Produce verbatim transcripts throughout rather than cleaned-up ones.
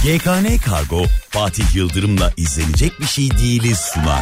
G K N Kargo Fatih Yıldırım'la izlenecek bir şey değiliz sunar.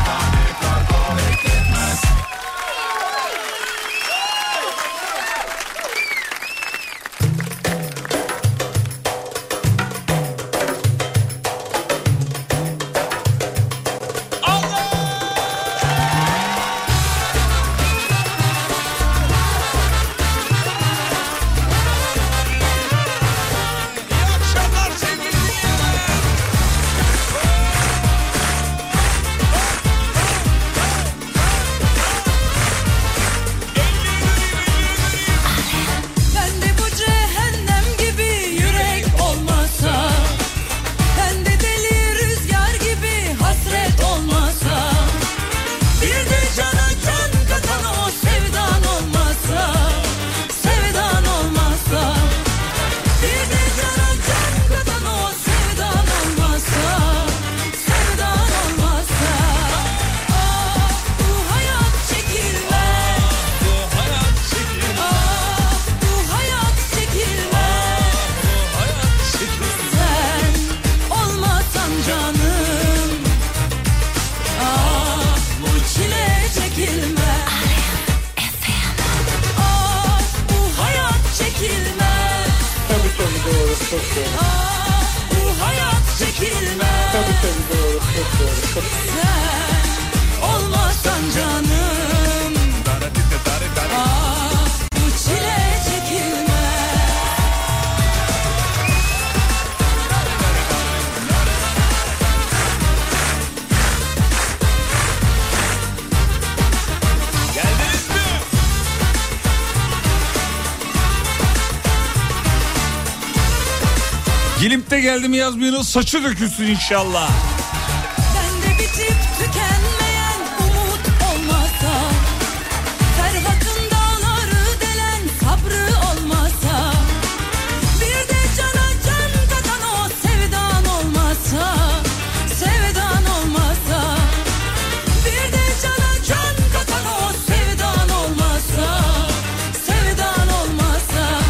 Gilim'de geldim yazmayınız, saçı dökülsün inşallah. Bende bitip tükenmeyen umut olmasa, Ferhat'ın dağları delen sabrı olmasa, bir de cana can katan o sevdan olmasa, sevdan olmasa, bir de cana can katan o sevdan olmasa, sevdan olmasa.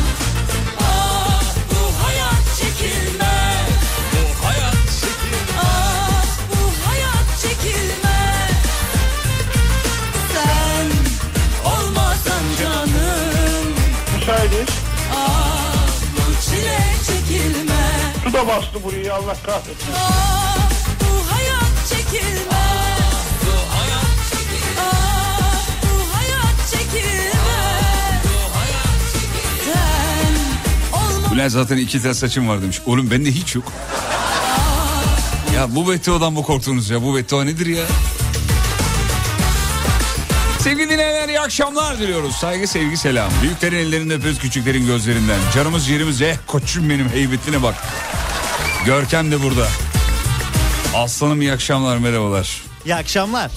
Su da bastı burayı, Allah kahretsin. Aa, bu hayat çekilmez. Bu hayat çekilmez. Aa, bu hayat çekilmez. Bu hayat çekilmez. Sen olma. Ulan zaten iki tel saçım var demiş. Oğlum bende hiç yok. Aa. Ya bu bettodan mı korktunuz ya? Bu beddua nedir ya? Sevgili dinleyenler, iyi akşamlar diliyoruz. Saygı, sevgi, selam. Büyüklerin ellerinden öpüyoruz, küçüklerin gözlerinden. Canımız yerimiz, eh koçum benim, heybetine bak. Görkem de burada. Aslanım, iyi akşamlar, merhabalar. İyi akşamlar.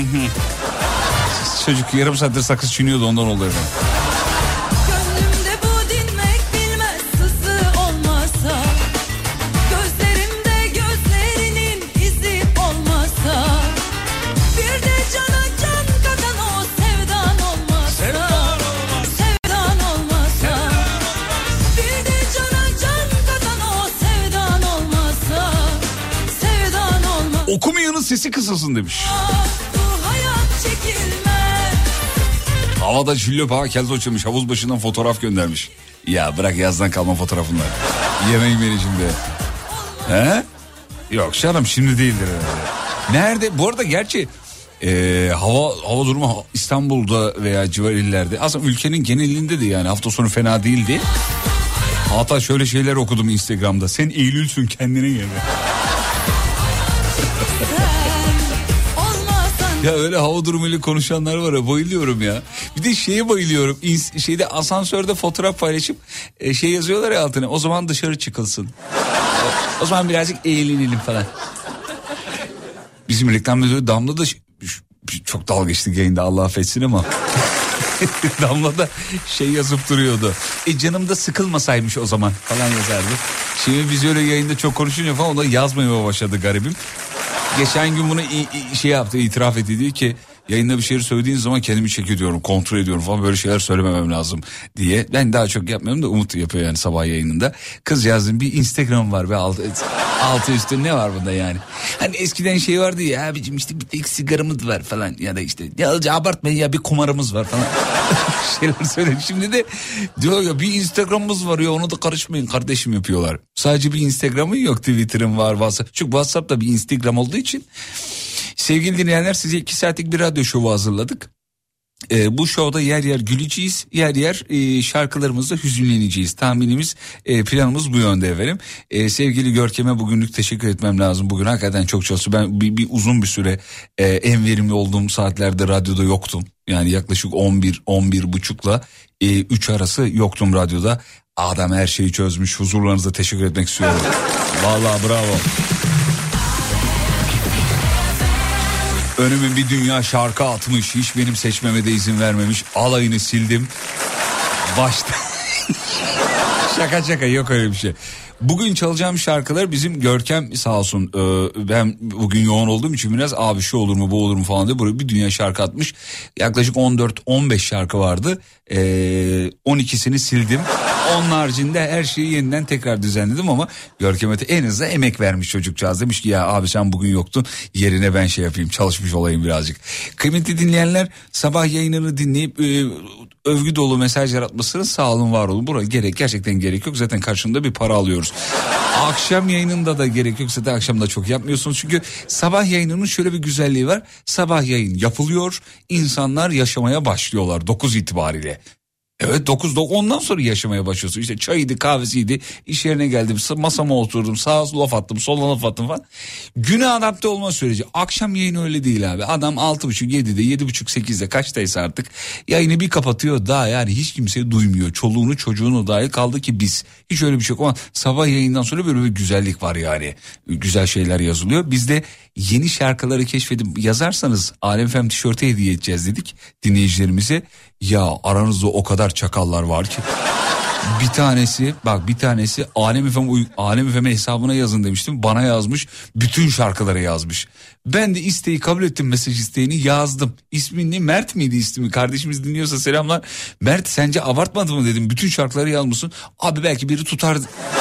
Çocuk yarım saattir sakız çiğniyordu, ondan oldu efendim. Gönlümde bu dinmek bilmez sızı olmasa, gözlerimde gözlerinin izi olmasa, bir de cana can katan o sevdan olmasa, sevdan olmasa, sevdan olmasa, bir de cana can katan o sevdan olmasa, sevdan olmasa. Okumayanın sesi kısılsın demiş. Bu hayat çekilmez. Havada Jüllop Ağa keltoş açılmış, havuz başından fotoğraf göndermiş. Ya bırak yazdan kalma fotoğrafınlar. Yemeğim beni şimdi. He? Yok canım, şimdi değildir herhalde. Nerede? Bu arada gerçi e, hava hava durumu İstanbul'da veya civar illerde, aslında ülkenin genelinde de yani hafta sonu fena değildi. Hatta şöyle şeyler okudum Instagram'da. Sen Eylül'sün, kendine gel. Ya öyle hava durumuyla konuşanlar var ya, bayılıyorum ya. Bir de şeye bayılıyorum. İns- şeyde asansörde fotoğraf paylaşıp e, şey yazıyorlar ya altına. O zaman dışarı çıkılsın. O, o zaman birazcık eğlenelim falan. Bizim reklam müdürü Damla da ş- ş- çok dalga geçtik yayında, Allah affetsin ama. Damla da şey yazıp duruyordu. E canım da sıkılmasaymış o zaman falan yazardı. Şimdi biz öyle yayında çok konuşunca falan o da yazmaya başladı garibim. Geçen gün bunu i- i- şey yaptı, itiraf etti, diyor ki yayında bir şeyleri söylediğin zaman kendimi check ediyorum, kontrol ediyorum falan, böyle şeyler söylememem lazım diye. Ben daha çok yapmıyorum da Umut yapıyor yani sabah yayınında. Kız yazdım, bir Instagram var ve altı, altı üstü ne var bunda yani. Hani eskiden şey vardı ya abicim, işte bir tek sigaramız var falan ya da işte ya abartmayın ya bir kumarımız var falan. Şeyler söyledi. Şimdi de diyor ya bir Instagram'ımız var ya, onu da karışmayın kardeşim yapıyorlar. Sadece bir Instagram'ın yok, Twitter'ın var, WhatsApp. Çünkü WhatsApp da bir Instagram olduğu için. Sevgili dinleyenler, size iki saatlik bir radyo şovu hazırladık. Ee, bu şovda yer yer güleceğiz, yer yer e, şarkılarımızla hüzünleneceğiz. Tahminimiz, e, planımız bu yönde efendim. E, sevgili Görkem'e bugünlük teşekkür etmem lazım. Bugün hakikaten çok çalıştı. Ben bir, bir uzun bir süre e, en verimli olduğum saatlerde radyoda yoktum. Yani yaklaşık on bir on bir buçukla üç arası yoktum radyoda. Adam her şeyi çözmüş. Huzurlarınıza teşekkür etmek istiyorum. Vallahi bravo. Önüme bir dünya şarkı atmış. Hiç benim seçmeme de izin vermemiş. Alayını sildim. Başta. Şaka şaka, yok öyle bir şey. Bugün çalacağım şarkılar bizim Görkem sağ olsun. Ee, ben bugün yoğun olduğum için biraz abi şu olur mu bu olur mu falan diye buraya bir dünya şarkı atmış. Yaklaşık on dört on beş şarkı vardı. Ee, on ikisini sildim. Onun haricinde her şeyi yeniden tekrar düzenledim ama Görkem'e en azından emek vermiş çocukcağız. Demiş ki ya abi sen bugün yoktun, yerine ben şey yapayım, çalışmış olayım birazcık. Kıymetli dinleyenler, sabah yayınını dinleyip e, övgü dolu mesajlar atmasını sağ olun var olun. Buraya gerek gerçekten gerek yok, zaten karşında bir para alıyoruz. Akşam yayınında da gerek yok, zaten akşamda çok yapmıyorsunuz. Çünkü sabah yayınının şöyle bir güzelliği var. Sabah yayın yapılıyor, insanlar yaşamaya başlıyorlar dokuz itibariyle. Evet dokuz ondan sonra yaşamaya başlıyorsun. İşte çayıydı, kahvesiydi, iş yerine geldim, masama oturdum, sağa laf attım, sola laf attım falan. Güne adapte olma süreci. Akşam yayını öyle değil abi. Adam altı buçuk yedide, yedi buçuk sekizde kaçtaysa artık yayını bir kapatıyor, daha yani hiç kimseyi duymuyor. Çoluğunu çocuğunu dahil, kaldı ki biz. Hiç öyle bir şey yok ama sabah yayından sonra böyle bir güzellik var yani. Güzel şeyler yazılıyor. Biz de yeni şarkıları keşfedip yazarsanız Alem F M tişörtü hediye edeceğiz dedik dinleyicilerimize. Ya aranızda o kadar çakallar var ki. Bir tanesi bak bir tanesi Alem F M, Alem F M hesabına yazın demiştim. Bana yazmış, bütün şarkıları yazmış. Ben de isteği kabul ettim, mesaj isteğini yazdım. İsmin ne, Mert miydi ismi? Kardeşimiz dinliyorsa selamlar. Mert sence abartmadı mı dedim. Bütün şarkıları yazmışsın. Abi belki biri tutar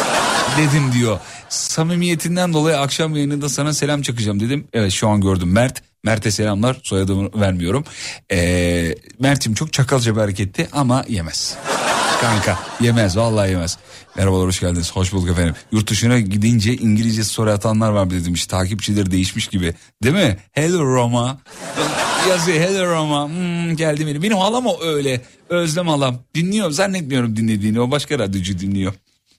dedim diyor. Samimiyetinden dolayı akşam yayınında sana selam çakacağım dedim. Evet şu an gördüm Mert. Mert'e selamlar, soyadımı vermiyorum. Ee, Mert'im çok çakalca bir hareketti ama yemez. Kanka yemez, vallahi yemez. Merhabalar, hoş geldiniz. Hoş bulduk efendim. Yurt dışına gidince İngilizce soru atanlar var dedim. İşte takipçileri değişmiş gibi. Değil mi? Hello Roma. Yazıyor hello Roma. Hmm, geldi benim. Benim halam o öyle. Özlem halam. Dinliyor. Zannetmiyorum dinlediğini. O başka radyocu dinliyor.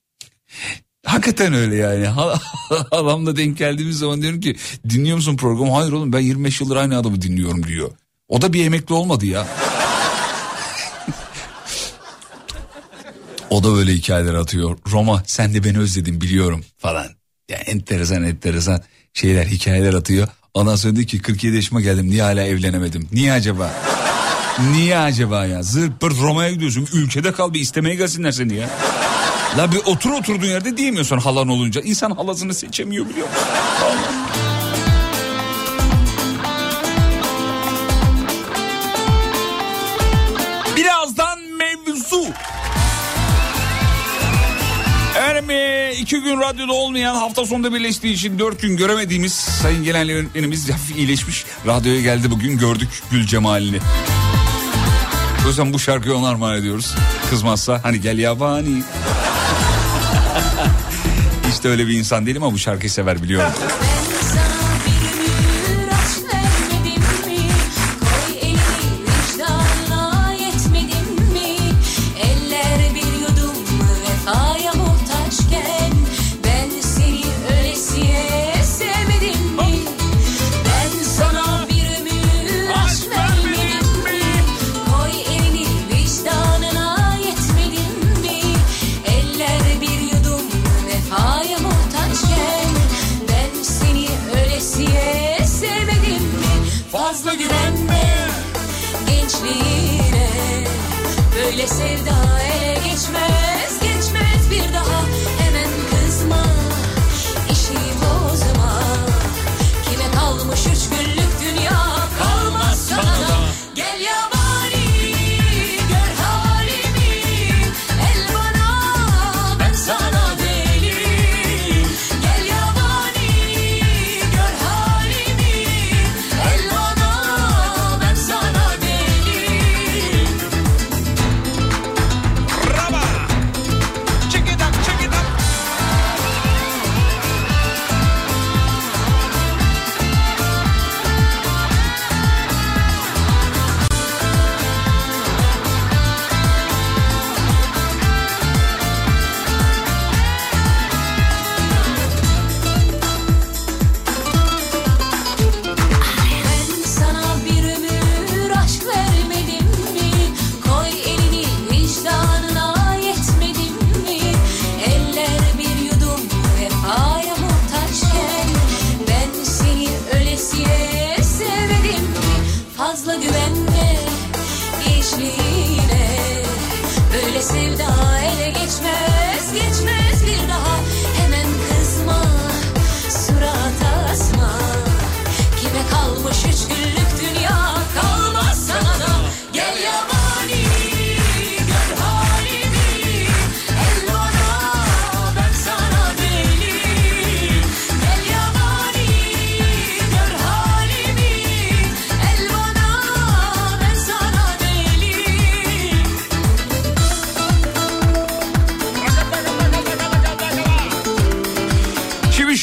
Hakikaten öyle yani. Halamla denk geldiğimiz zaman diyorum ki dinliyor musun programı? Hayır oğlum ben yirmi beş yıldır aynı adamı dinliyorum diyor. O da bir emekli olmadı ya. O da böyle hikayeler atıyor. Roma sen de beni özledin biliyorum falan. Ya enteresan enteresan şeyler, hikayeler atıyor. Ondan sonra diyor ki kırk yedi yaşıma geldim, niye hala evlenemedim? Niye acaba? Niye acaba ya? Zırt pırt Roma'ya gidiyorsun. Ülkede kal, bir istemeye gelsinler seni ya. La bir otur oturduğun yerde diyemiyorsun halan olunca. İnsan halasını seçemiyor biliyor musun? Birazdan mevzu. Efendim iki gün radyoda olmayan, hafta sonunda birleştiği için dört gün göremediğimiz sayın genel yönetmenimiz hafif iyileşmiş. Radyoya geldi bugün, gördük gül cemalini. O yüzden bu şarkıyı ona armağan ediyoruz. Kızmazsa hani gel yabani. İşte öyle bir insan değilim ama bu şarkıyı sever biliyorum. Böyle sevda ele geçmez, geçmez bir daha. Hemen kızma, işi bozma. Kime kalmış üç günlük dünya, kalmaz sana.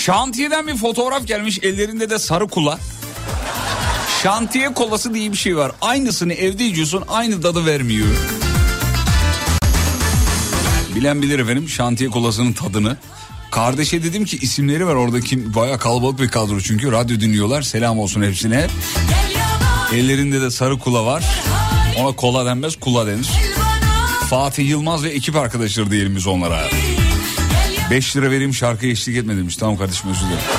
Şantiyeden bir fotoğraf gelmiş, ellerinde de sarı kula. Şantiye kolası diye bir şey var. Aynısını evde içiyorsun, aynı tadı vermiyor. Bilen bilir efendim şantiye kolasının tadını. Kardeşe dedim ki isimleri var orada, kim bayağı kalabalık bir kadro çünkü radyo dinliyorlar, selam olsun hepsine. Ellerinde de sarı kula var. Ona kola denmez, kula denir. Fatih Yılmaz ve ekip arkadaşları diyelim biz onlara. beş lira vereyim şarkıya eşlik etme demiş. Tamam kardeşim, özür dilerim.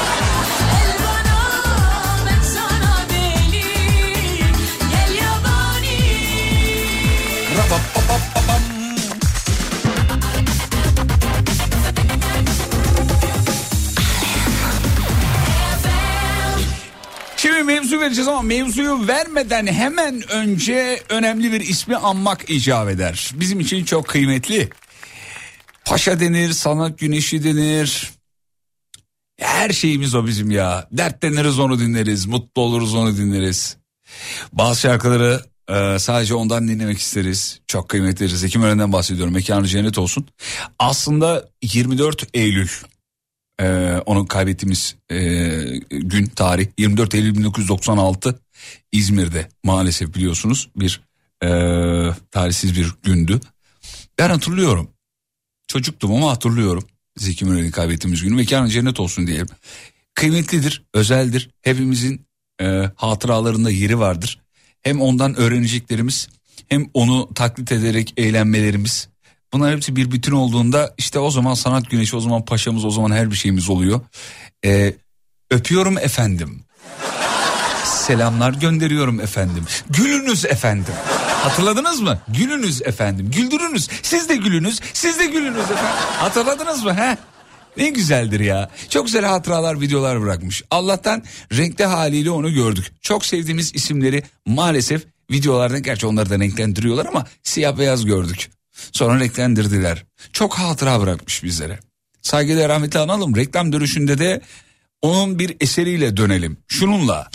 Şimdi mevzu vereceğiz ama mevzuyu vermeden hemen önce önemli bir ismi anmak icap eder. Bizim için çok kıymetli. Paşa denir, sanat güneşi denir. Her şeyimiz o bizim ya. Dertleniriz onu dinleriz, mutlu oluruz onu dinleriz. Bazı şarkıları e, sadece ondan dinlemek isteriz. Çok kıymetli. Zeki Müren'den bahsediyorum. Mekanı cennet olsun. Aslında yirmi dört Eylül. Ee, onu kaybettiğimiz e, gün, tarih yirmi dört Eylül bin dokuz yüz doksan altı İzmir'de maalesef biliyorsunuz bir e, talihsiz bir gündü. Ben hatırlıyorum, çocuktum ama hatırlıyorum Zeki Müren'i kaybettiğimiz günü. Mekanı cennet olsun diyelim. Kıymetlidir, özeldir, hepimizin e, hatıralarında yeri vardır. Hem ondan öğreneceklerimiz hem onu taklit ederek eğlenmelerimiz. Bunlar hepsi bir bütün olduğunda işte o zaman sanat güneşi, o zaman paşamız, o zaman her bir şeyimiz oluyor. Ee, öpüyorum efendim. Selamlar gönderiyorum efendim. Gülünüz efendim. Hatırladınız mı? Gülünüz efendim. Güldürünüz. Siz de gülünüz. Siz de gülünüz efendim. Hatırladınız mı? He? Ne güzeldir ya. Çok güzel hatıralar, videolar bırakmış. Allah'tan renkli haliyle onu gördük. Çok sevdiğimiz isimleri maalesef videolardan, gerçi onları da renklendiriyorlar ama siyah beyaz gördük. Sonra renklendirdiler. Çok hatıra bırakmış bizlere. Saygıyla rahmetli analım. Reklam dönüşünde de onun bir eseriyle dönelim. Şununla.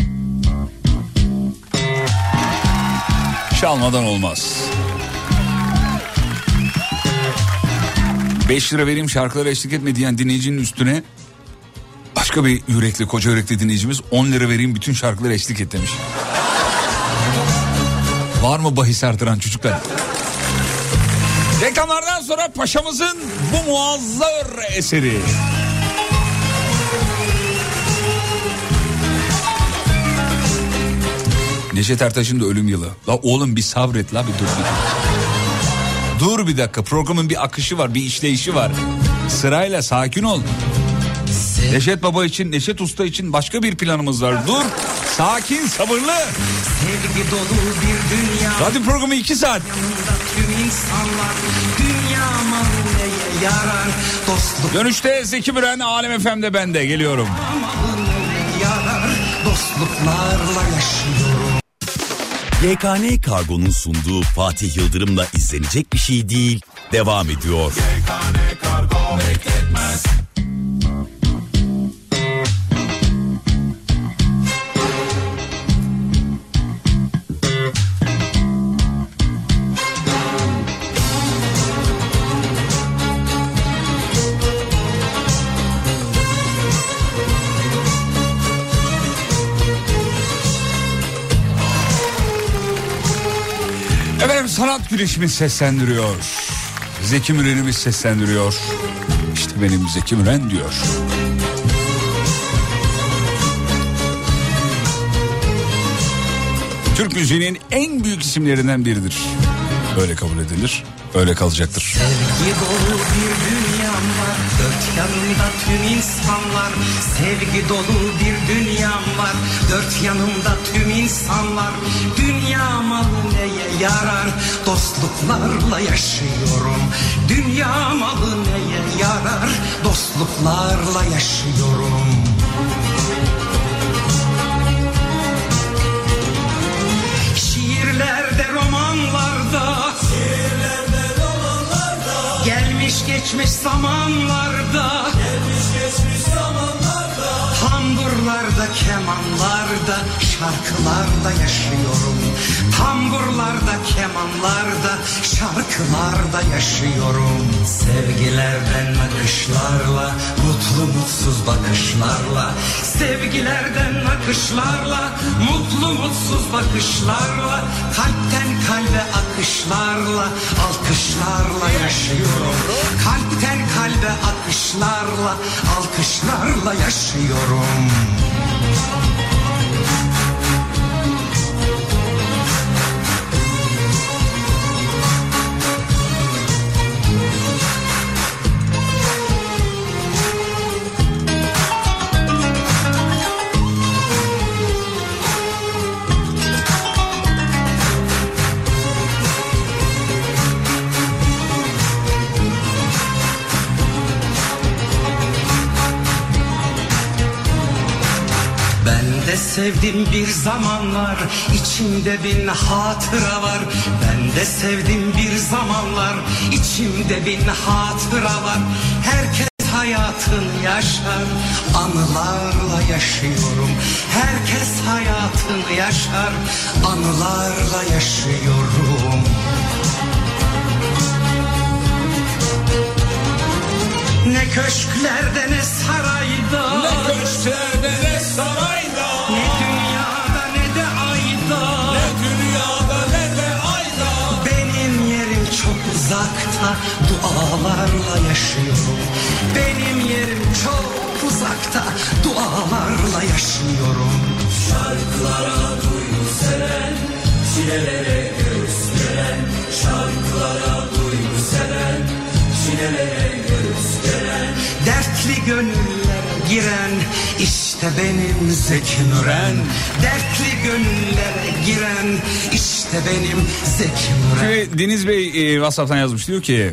Çalmadan olmaz. beş lira vereyim şarkılara eşlik etme diyen dinleyicinin üstüne başka bir yürekli, koca yürekli dinleyicimiz on lira vereyim bütün şarkılara eşlik et demiş. Var mı bahis artıran çocuklar? Reklamlardan sonra paşamızın bu muazzam eseri. Neşet Ertaş'ın da ölüm yılı. La oğlum bir sabret la, bir dur. Bir. Dur bir dakika, programın bir akışı var, bir işleyişi var. Sırayla sakin ol. Neşet Baba için, Neşet Usta için başka bir planımız var. Dur, sakin, sabırlı. Sevgi dolu bir dünya. Radyo programı iki saat. Tüm insanlar dünya malına yarar. Dostluk Dönüşte Zeki Müren, Alem F M'de ben de geliyorum. malına yarar. Dostluklarla yaşıyorum. Y K N Kargo'nun sunduğu Fatih Yıldırım'la izlenecek bir şey değil devam ediyor. Y K N Kargo bekletmez. Efendim sanat güneşimiz seslendiriyor. Zeki Müren'imiz seslendiriyor. İşte benim Zeki Müren diyor. Türk müziğinin en büyük isimlerinden biridir. Öyle kabul edilir, öyle kalacaktır. Sevgi dolu bir dünyam var. Dört yanımda tüm insanlar. Sevgi dolu bir dünyam var. Dört yanımda tüm insanlar. Dünya malı neye yarar? Dostluklarla yaşıyorum. Dünya malı neye yarar? Dostluklarla yaşıyorum. Şiirlerde, romanlarda, şiirlerde, romanlarda, gelmiş geçmiş zamanlarda, gelmiş geçmiş zamanlarda, tamburlarda, kemanlarda, şarkılarda yaşıyorum. Tamburlarda, kemanlarda, şarkılarda yaşıyorum. Sevgilerden akışlarla, mutlu mutlu mutsuz bakışlarla, sevgilerden akışlarla, mutlu mutsuz bakışlarla, kalpten kalbe akışlarla, alkışlarla yaşıyorum. Kalpten kalbe akışlarla, alkışlarla yaşıyorum. Sevdim bir zamanlar, içimde bin hatıra var. Ben de sevdim bir zamanlar, içimde bin hatıra var. Herkes hayatını yaşar, anılarla yaşıyorum. Herkes hayatını yaşar, anılarla yaşıyorum. Ne köşklerde ne sarayda, ne köşklerde ne sarayda, ne dünyada ne de ayda, ne dünyada ne de ayda. Benim yerim çok uzakta, dualarla yaşıyorum. Benim yerim çok uzakta, dualarla yaşıyorum. Şarkılara duygu seren, çilelere göğüs geren. Şarkılara duygu seren, çilelere göğüs geren. Dertli gönüllere giren işte benim Zeki Müren. Dertli gönüllere giren işte benim Zeki Müren. Şimdi Deniz Bey e, WhatsApp'tan yazmış, diyor ki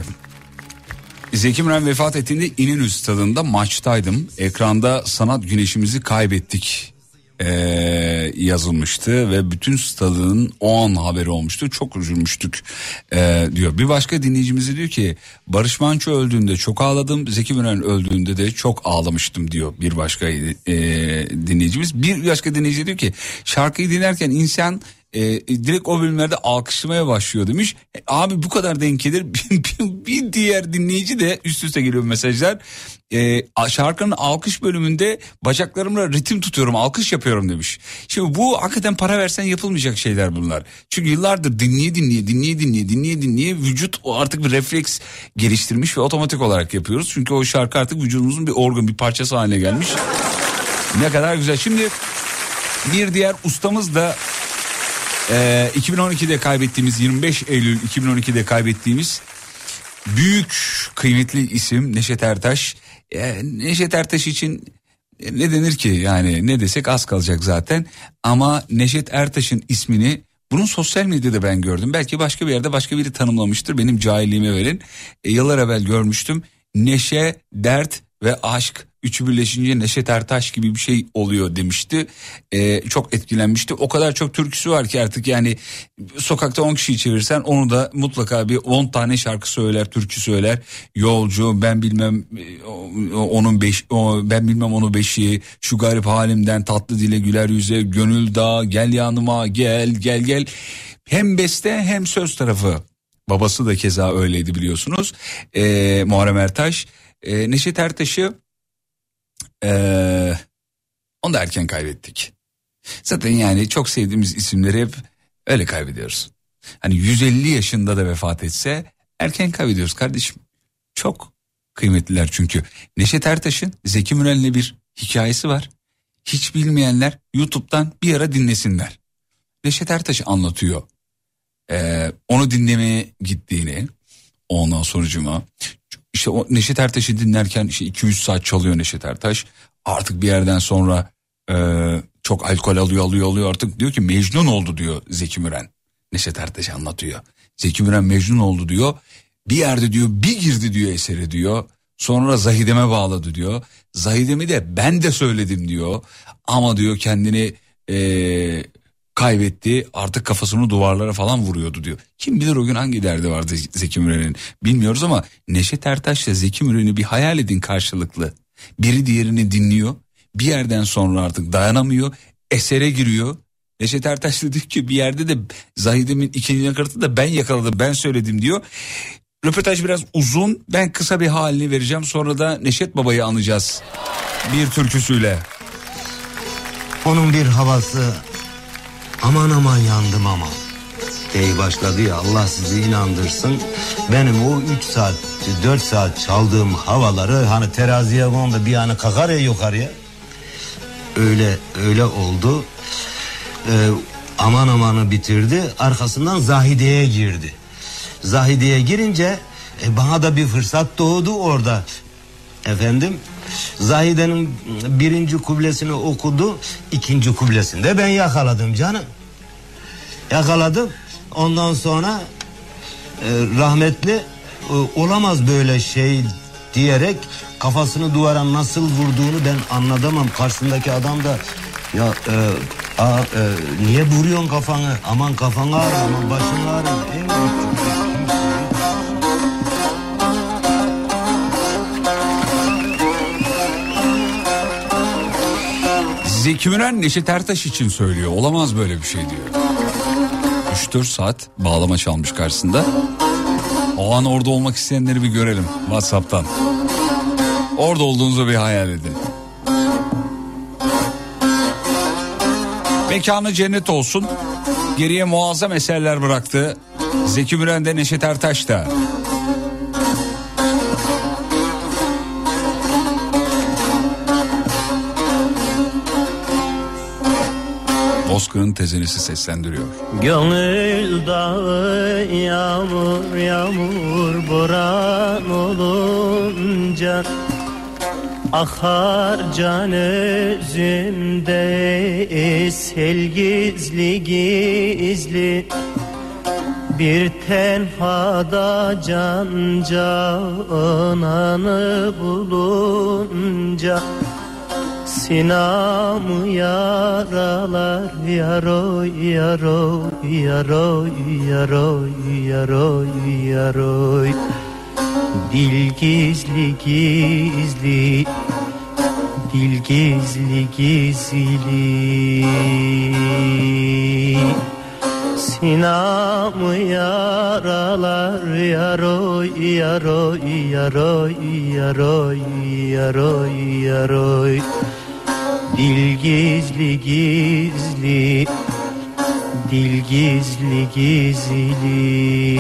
Zeki Müren vefat ettiğinde İnönü stadında maçtaydım. Ekranda sanat güneşimizi kaybettik e, yazılmıştı ve bütün stadın o an haberi olmuştu. Çok üzülmüştük e, diyor. Bir başka dinleyicimiz diyor ki Barış Manço öldüğünde çok ağladım. Zeki Müren öldüğünde de çok ağlamıştım diyor bir başka e, dinleyicimiz. Bir başka dinleyici diyor ki şarkıyı dinlerken insan E, direkt o bölümlerde alkışlamaya başlıyor demiş. E, abi bu kadar denk gelir. Bir diğer dinleyici de üst üste geliyor mesajlar. E, şarkının alkış bölümünde bacaklarımla ritim tutuyorum, alkış yapıyorum demiş. Şimdi bu hakikaten para versen yapılmayacak şeyler bunlar. Çünkü yıllardır dinleye dinleye dinleye dinleye dinleye dinleye vücut artık bir refleks geliştirmiş ve otomatik olarak yapıyoruz. Çünkü o şarkı artık vücudumuzun bir organ, bir parçası haline gelmiş. Ne kadar güzel. Şimdi bir diğer ustamız da Ee, iki bin on ikide kaybettiğimiz, yirmi beş Eylül iki bin on ikide kaybettiğimiz büyük kıymetli isim Neşet Ertaş. Ee, Neşet Ertaş için ne denir ki, yani ne desek az kalacak zaten. Ama Neşet Ertaş'ın ismini bunun sosyal medyada ben gördüm. Belki başka bir yerde başka biri tanımlamıştır, benim cahilliğime verin. E, yıllar evvel görmüştüm. Neşe, dert ve aşk üçü birleşince Neşet Ertaş gibi bir şey oluyor demişti. Ee, çok etkilenmişti. O kadar çok türküsü var ki artık, yani sokakta on kişiyi çevirsen onu da mutlaka bir on tane şarkı söyler, türkü söyler. Yolcu, ben bilmem onun beş, ben bilmem onu beşiği, şu garip halimden tatlı dile güler yüze, gönül dağı, gel yanıma gel gel gel. Hem beste hem söz tarafı. Babası da keza öyleydi biliyorsunuz. Ee, Muharrem Ertaş. Ee, Neşet Ertaş'ı Ee, onu da erken kaybettik. Zaten yani çok sevdiğimiz isimleri hep öyle kaybediyoruz. Hani yüz elli yaşında da vefat etse erken kaybediyoruz kardeşim. Çok kıymetliler çünkü. Neşet Ertaş'ın Zeki Müren'le bir hikayesi var. Hiç bilmeyenler YouTube'dan bir ara dinlesinler. Neşet Ertaş anlatıyor. Ee, onu dinlemeye gittiğini, ondan sonucuma... İşte o Neşet Ertaş'ı dinlerken işte iki yüz saat çalıyor Neşet Ertaş. Artık bir yerden sonra e, çok alkol alıyor alıyor alıyor artık, diyor ki Mecnun oldu diyor Zeki Müren. Neşet Ertaş anlatıyor. Zeki Müren Mecnun oldu diyor. Bir yerde diyor bir girdi diyor eseri diyor. Sonra Zahide'me bağladı diyor. Zahide'mi de ben de söyledim diyor. Ama diyor kendini e, kaybetti, artık kafasını duvarlara falan vuruyordu diyor. Kim bilir o gün hangi derdi vardı Zeki Müren'in, bilmiyoruz ama Neşet Ertaş'la Zeki Müren'i bir hayal edin karşılıklı. Biri diğerini dinliyor, bir yerden sonra artık dayanamıyor, esere giriyor. Neşet Ertaş diyor ki bir yerde de Zahide'min ikinci nakaratı da ben yakaladım, ben söyledim diyor. Röportaj biraz uzun. Ben kısa bir halini vereceğim. Sonra da Neşet Baba'yı anacağız. Bir türküsüyle. Onun bir havası, aman aman yandım aman diye başladı ya, Allah sizi inandırsın. Benim o üç saat dört saat çaldığım havaları hani teraziye kondu, bir yana kakar ya yukarıya. Öyle öyle oldu. Ee, aman amanı bitirdi, arkasından Zahide'ye girdi. Zahide'ye girince e, bana da bir fırsat doğdu orada. Efendim, Zahide'nin birinci kublesini okudu, ikinci kublesinde ben yakaladım canım. Yakaladım. Ondan sonra e, rahmetli e, olamaz böyle şey diyerek kafasını duvara nasıl vurduğunu ben anlatamam. Karşısındaki adam da ya e, a, e, niye vuruyorsun kafanı? Aman kafanı ağrı, aman başını ağrı. Zeki Müren Neşet Ertaş için söylüyor. Olamaz böyle bir şey diyor. üç dört saat bağlama çalmış karşısında. O an orada olmak isteyenleri bir görelim WhatsApp'tan. Orada olduğunuzu bir hayal edin. Mekanı cennet olsun. Geriye muazzam eserler bıraktı. Zeki Müren de Neşet Ertaş da. Bozkır'ın tezenesi seslendiriyor. Gönül dağı yağmur yağmur boran olunca akar can özümde sel gizli gizli. Bir tenhada can cananı bulunca sinamı yaralar yaroy yaroy yaroy yaroy yaroy yaroy. Dil gizli gizli, dil gizli gizli. Sinamı yaralar yaroy yaroy yaroy yaroy yaroy yaroy. Dil gizli gizli, dil gizli gizli.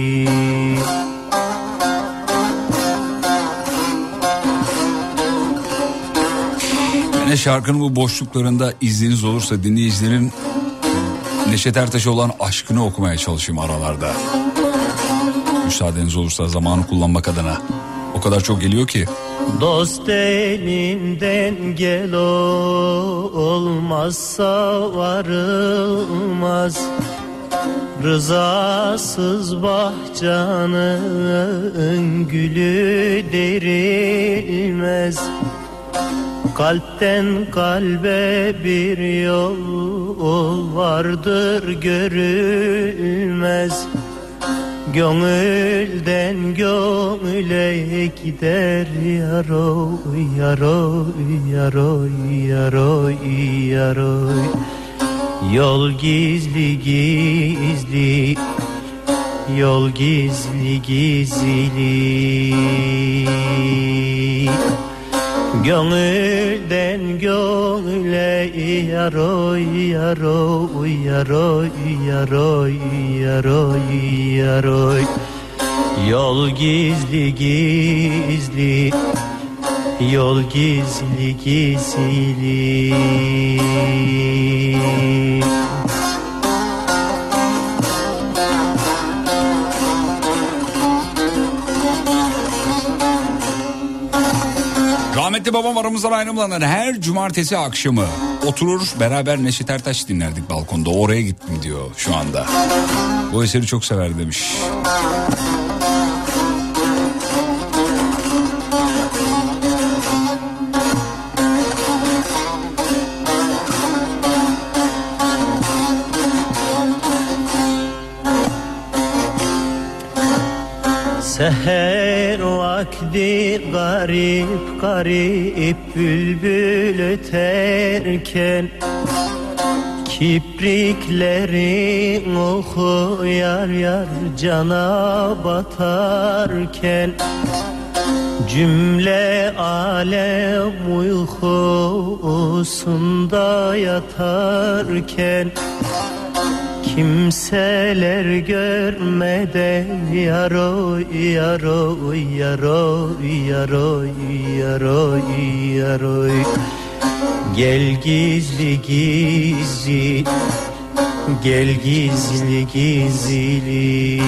Yine şarkının bu boşluklarında izniniz olursa dinleyicilerin Neşet Ertaş'a olan aşkını okumaya çalışayım aralarda. Müsaadeniz olursa zamanı kullanmak adına. O kadar çok geliyor ki. Dost elinden gel olmazsa varılmaz. Rızasız bahçanın gülü derilmez. Kalpten kalbe bir yol vardır görülmez. Gönülden gönüle gider yaroy yaroy yaroy yaroy yaroy. Yol gizli gizli, yol gizli gizli. Gönülden gönüle yaroy yaroy yaroy yaroy yaroy yaroy. Yol gizli gizli, yol gizli gizli. Rahmetli babam aramızdan ayrılmadan her cumartesi akşamı oturur beraber Neşet Ertaş dinlerdik balkonda. Oraya gittim diyor şu anda. Bu eseri çok sever demiş. Seher vakti garip garip bülbül öterken Kipriklerin oku yar yar cana batarken, cümle alem uykusunda yatarken, kimseler görmeden yaroy yaroy yaroy yaroy yaroy yaroy. Gel gizli gizli, gel gizli gizli,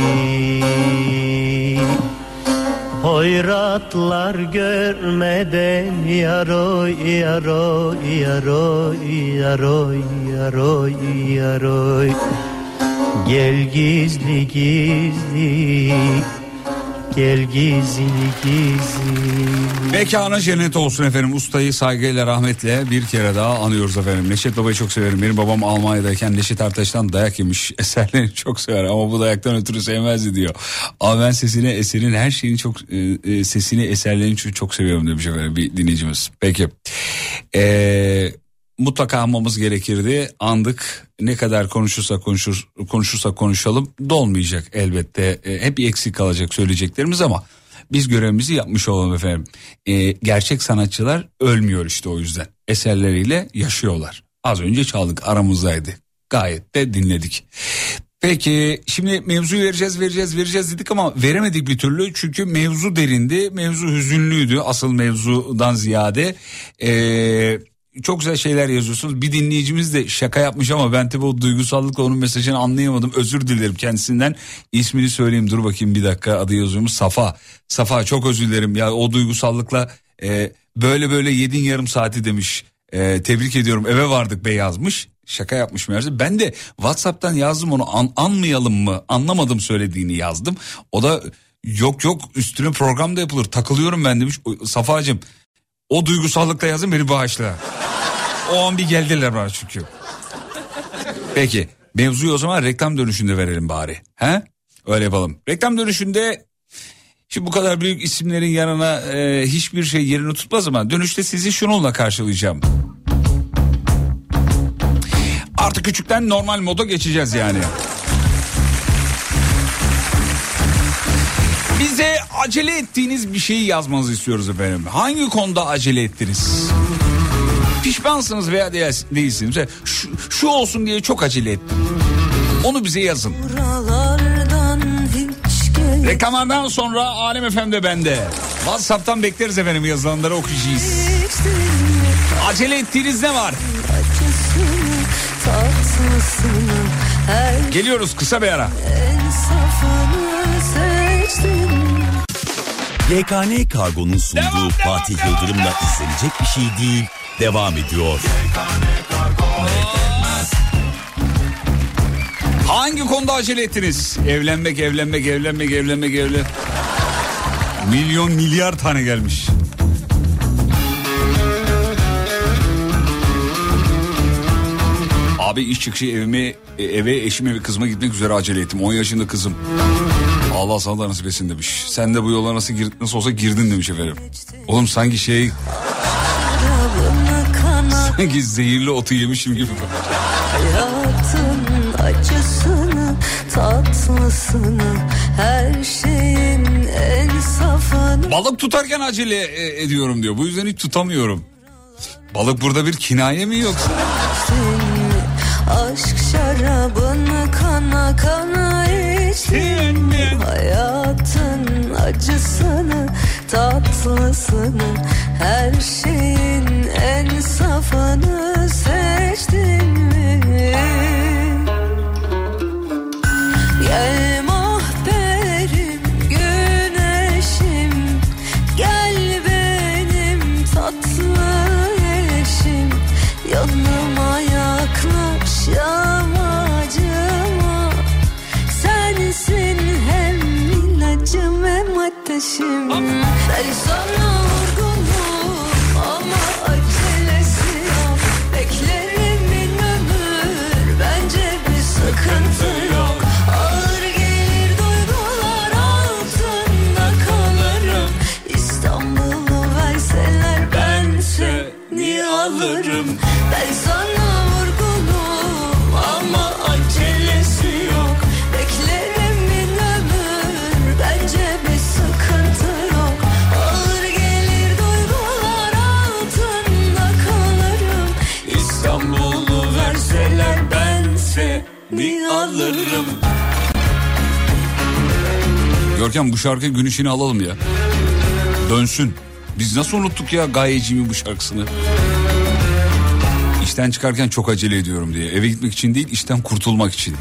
hoyratlar görmeden yaroy yaroy yaroy yaroy yaroy yaroy. Gel gizli gizli, gel gizli gizli. Mekanı cennet olsun efendim. Ustayı saygıyla rahmetle bir kere daha anıyoruz efendim. Neşet Baba'yı çok severim. Benim babam Almanya'dayken Neşet Ertaş'tan dayak yemiş. Eserlerini çok sever ama bu dayaktan ötürü sevmezdi diyor. Ama ben sesini, eserin her şeyini çok, e, sesini, eserlerini çok, çok seviyorum demiş efendim bir dinleyicimiz. Peki. Eee... Mutlaka almamız gerekirdi. Andık. Ne kadar konuşursak konuşur, konuşursak konuşalım dolmayacak elbette. E, hep eksik kalacak söyleyeceklerimiz ama biz görevimizi yapmış olalım efendim. E, gerçek sanatçılar ölmüyor işte o yüzden. Eserleriyle yaşıyorlar. Az önce çaldık, aramızdaydı. Gayet de dinledik. Peki şimdi mevzuyu vereceğiz vereceğiz vereceğiz dedik ama veremedik bir türlü. Çünkü mevzu derindi. Mevzu hüzünlüydü asıl mevzudan ziyade. Eee... Çok güzel şeyler yazıyorsunuz. Bir dinleyicimiz de şaka yapmış ama ben tabii o duygusallıkla onun mesajını anlayamadım. Özür dilerim kendisinden. İsmini söyleyeyim, dur bakayım bir dakika, adı yazıyormuş. Safa. Safa, çok özür dilerim ya, o duygusallıkla e, böyle böyle yedin yarım saati demiş. E, tebrik ediyorum, eve vardık be yazmış. Şaka yapmış meğerse. Ben de WhatsApp'tan yazdım onu, an, anmayalım mı? Anlamadım söylediğini yazdım. O da yok yok üstüne program da yapılır, takılıyorum ben demiş. Safacığım, o duygusallıkla yazın, beni bağışla. O an bir geldiler bana çünkü. Peki mevzuyu o zaman reklam dönüşünde verelim bari. He? Öyle yapalım. Reklam dönüşünde şimdi bu kadar büyük isimlerin yanına e, hiçbir şey yerini tutmaz ama dönüşte sizi şununla karşılayacağım. Artık küçükten normal moda geçeceğiz yani. Bize acele ettiğiniz bir şeyi yazmanızı istiyoruz efendim. Hangi konuda acele ettiniz? Pişmansınız veya değilsiniz. Şu, şu olsun diye çok acele ettim. Onu bize yazın. Reklamlardan sonra Alem F M'de bende. WhatsApp'tan bekleriz efendim, yazılanları okuyacağız. Acele ettiğiniz ne var? Geliyoruz kısa bir ara. Y K N Kargo'nun sunduğu devam, Fatih devam, Yıldırım'la devam. izlenecek bir şey değil, devam ediyor. Hangi konuda acele ettiniz? Evlenmek, evlenmek, evlenmek, evlenmek, evlenmek. Milyon, milyar tane gelmiş. Abi iş çıkışı evime, eve eşime ve kızıma gitmek üzere acele ettim. on yaşında kızım. Allah sana da nasip etsin demiş. Sen de bu yola nasıl, gir, nasıl olsa girdin demiş efendim. Oğlum sanki şey... sanki zehirli otu yemişim gibi. Hayatın acısını, tatlısını, her şeyin en safını. Balık tutarken acele ediyorum diyor. Bu yüzden hiç tutamıyorum. Balık burada bir kinaye mi yoksa? Aşk şarabını kana kana içtin mi? Hayatın acısını, tatlısını, her şeyin en safını seçtin mi? Gel mahberim, güneşim, gel benim tatlı eşim, yanıma yaklaş yamacıma, sensin hem ilacım hem ateşim. Ben sana vurgunum ama acelesi yok, beklerim bin ömür, bence bir sıkıntı yok. Ağır gelir duygular, altında kalırım. İstanbul'u verseler ben seni alırım. Ben sana vurgunum mi alırım. Görkem bu şarkı gün içine alalım ya. Dönsün. Biz nasıl unuttuk ya Gayeci'min bu şarkısını. İşten çıkarken çok acele ediyorum diye. Eve gitmek için değil, işten kurtulmak için.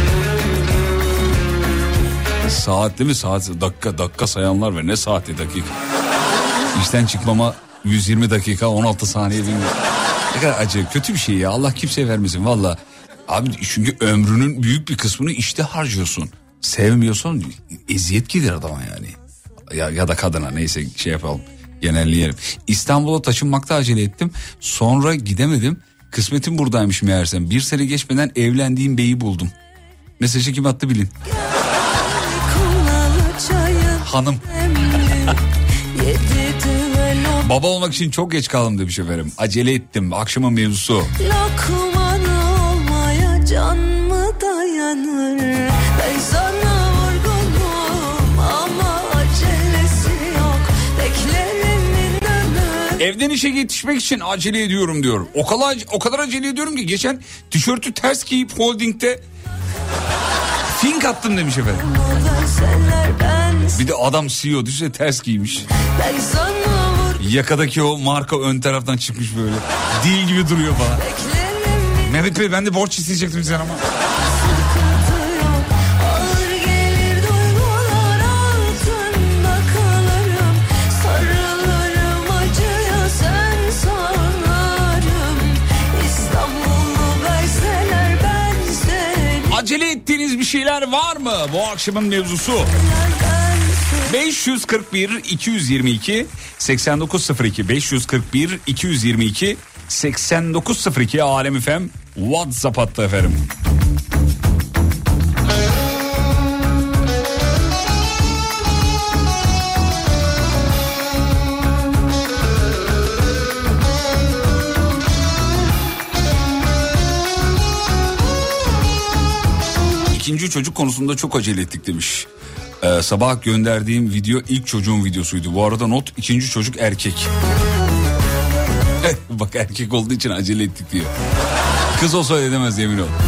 Saat değil mi? Saat, dakika dakika sayanlar var. Ne saati dakika? İşten çıkmama yüz yirmi dakika on altı saniye bilmiyorum. Ne kadar acı, kötü bir şey ya. Allah kimseye vermesin valla. Abi çünkü ömrünün büyük bir kısmını işte harcıyorsun. Sevmiyorsan eziyet gelir adama yani. Ya, ya da kadına, neyse şey yapalım. Genelleyelim. İstanbul'a taşınmakta acele ettim. Sonra gidemedim. Kısmetim buradaymış meğersem. Bir sene geçmeden evlendiğim beyi buldum. Mesajı kim attı bilin. Hanım. Baba olmak için çok geç kaldım demiş efendim. Acele ettim. Akşamın mevzusu. Lokman olmaya can mı dayanır? Ben sana vurgunum ama acelesi yok. Beklerimin ömür. Evden işe yetişmek için acele ediyorum diyor. O kadar, o kadar acele ediyorum ki geçen tişörtü ters giyip holdingde fink attım demiş efendim. Bir de adam C E O düşse ters giymiş. Yakadaki o marka ön taraftan çıkmış böyle. Dil gibi duruyor falan. Mehmet Bey ben de borç isteyecektim sen ama. Acele ettiğiniz bir şeyler var mı? Bu akşamın mevzusu. beş yüz kırk bir iki yüz yirmi iki seksen dokuz sıfır iki beş yüz kırk bir iki yüz yirmi iki seksen dokuz sıfır iki Alem F M WhatsApp hattı efendim. İkinci çocuk konusunda çok acele ettik demiş. Ee, sabah gönderdiğim video ilk çocuğun videosuydu. Bu arada not, ikinci çocuk erkek. Bak erkek olduğu için acele ettik diyor. Kız olsa edemez yemin ol.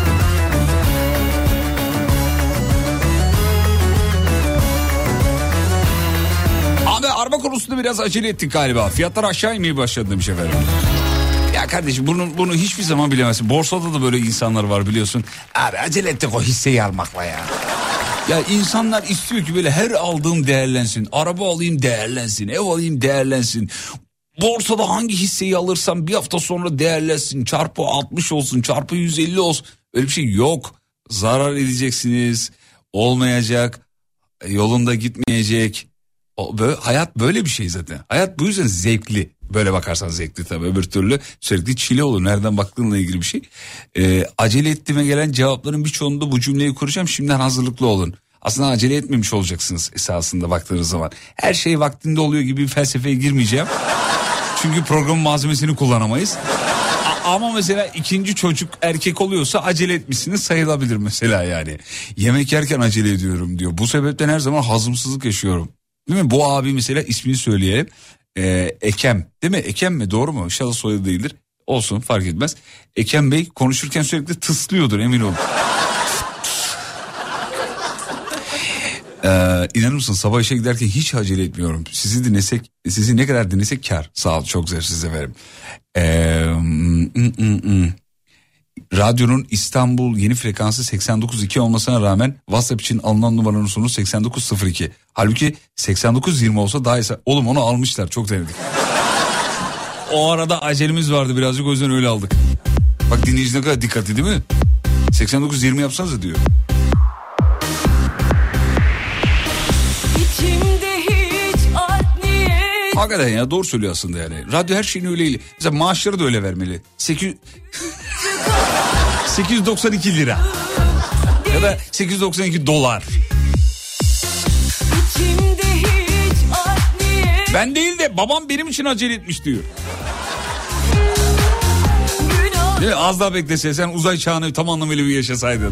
Abi araba konusunda biraz acele ettik galiba. Fiyatlar aşağı inmeye başladı demiş efendim. Ya kardeşim bunu, bunu hiçbir zaman bilemezsin. Borsada da böyle insanlar var biliyorsun. Abi acele ettik o hisseyi almakla ya. Ya insanlar istiyor ki böyle her aldığım değerlensin. Araba alayım değerlensin. Ev alayım değerlensin. Borsada hangi hisseyi alırsam bir hafta sonra değerlensin. Çarpı altmış olsun, çarpı yüz elli olsun. Öyle bir şey yok. Zarar edeceksiniz. Olmayacak. Yolunda gitmeyecek. O, böyle, hayat böyle bir şey zaten. Hayat bu yüzden zevkli. Böyle bakarsan zevkli tabii. Öbür türlü sürekli çile olur. Nereden baktığınla ilgili bir şey. Ee, acele ettiğime gelen cevapların birçoğunda bu cümleyi kuracağım. Şimdiden hazırlıklı olun. Aslında acele etmemiş olacaksınız esasında baktığınız zaman. Her şey vaktinde oluyor gibi bir felsefeye girmeyeceğim. Çünkü programın malzemesini kullanamayız. A- ama mesela ikinci çocuk erkek oluyorsa acele etmişsiniz sayılabilir mesela yani. Yemek yerken acele ediyorum diyor. Bu sebepten her zaman hazımsızlık yaşıyorum. Değil mi? Bu abi mesela ismini söyleyelim. Ee, Ekem değil mi? Ekem mi? Doğru mu? İnşallah soyadı değildir. Olsun fark etmez. Ekem Bey konuşurken sürekli tıslıyordur emin olun. Ee, inanır mısın sabah işe giderken hiç acele etmiyorum. Sizi dinlesek, sizi ne kadar dinlesek kar. Sağ ol, çok güzel size verim. Ee, mm, mm, mm. Radyonun İstanbul yeni frekansı seksen dokuz iki olmasına rağmen WhatsApp için alınan numaranın sonu seksen dokuz sıfır iki. Halbuki seksen dokuz yirmi olsa daha iyi. Oğlum onu almışlar, çok denedik. O arada acelemiz vardı birazcık, o yüzden öyle aldık. Bak dinleyici ne kadar dikkatli değil mi? seksen dokuz yirmi yapsanıza diyor. Hakikaten ya, doğru söylüyor aslında yani. Radyo her şeyin öyle. Mesela maaşları da öyle vermeli. sekiz yüz doksan iki lira. Ya da sekiz yüz doksan iki dolar. Ben değil de babam benim için acele etmiş diyor. Değil mi? Az daha beklese sen uzay çağını tam anlamıyla bir yaşasaydın.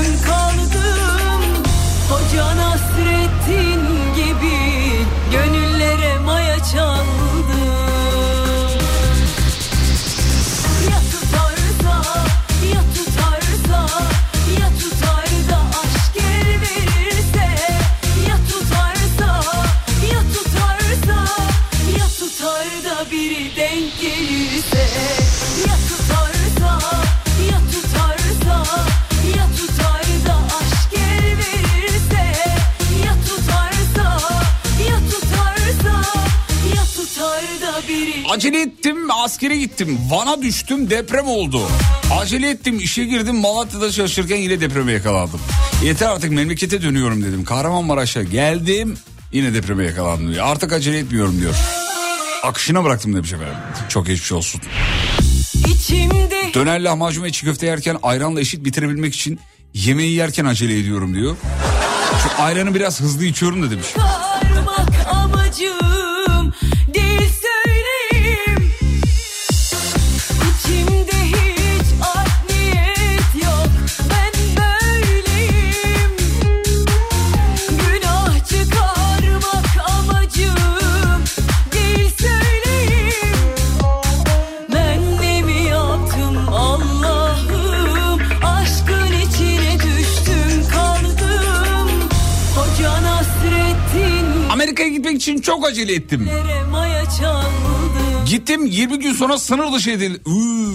Gönül Acele ettim, askere gittim. Van'a düştüm, deprem oldu. Acele ettim, işe girdim, Malatya'da çalışırken yine depreme yakalandım. Yeter artık, memlekete dönüyorum dedim. Kahramanmaraş'a geldim, yine depreme yakalandım diyor. Artık acele etmiyorum diyor. Akışına bıraktım demiş efendim. Çok geçmiş olsun. İçimde Döner, lahmacun ve çiğ köfte yerken ayranla eşit bitirebilmek için yemeği yerken acele ediyorum diyor. Şu ayranı biraz hızlı içiyorum da demiş. Varmak amacım değil söyleyeyim. İçimde hiç art niyet yok. Ben böyleyim. Günah çıkarmak amacım değil söyleyeyim. Ben ne mi yaptım Allah'ım? Aşkın içine düştüm kaldım. Hoca Nasrettin Amerika'ya gitmek için çok acele ettim. Maya çaldı. Gittim, yirmi gün sonra sınır dışı edildi. Üü.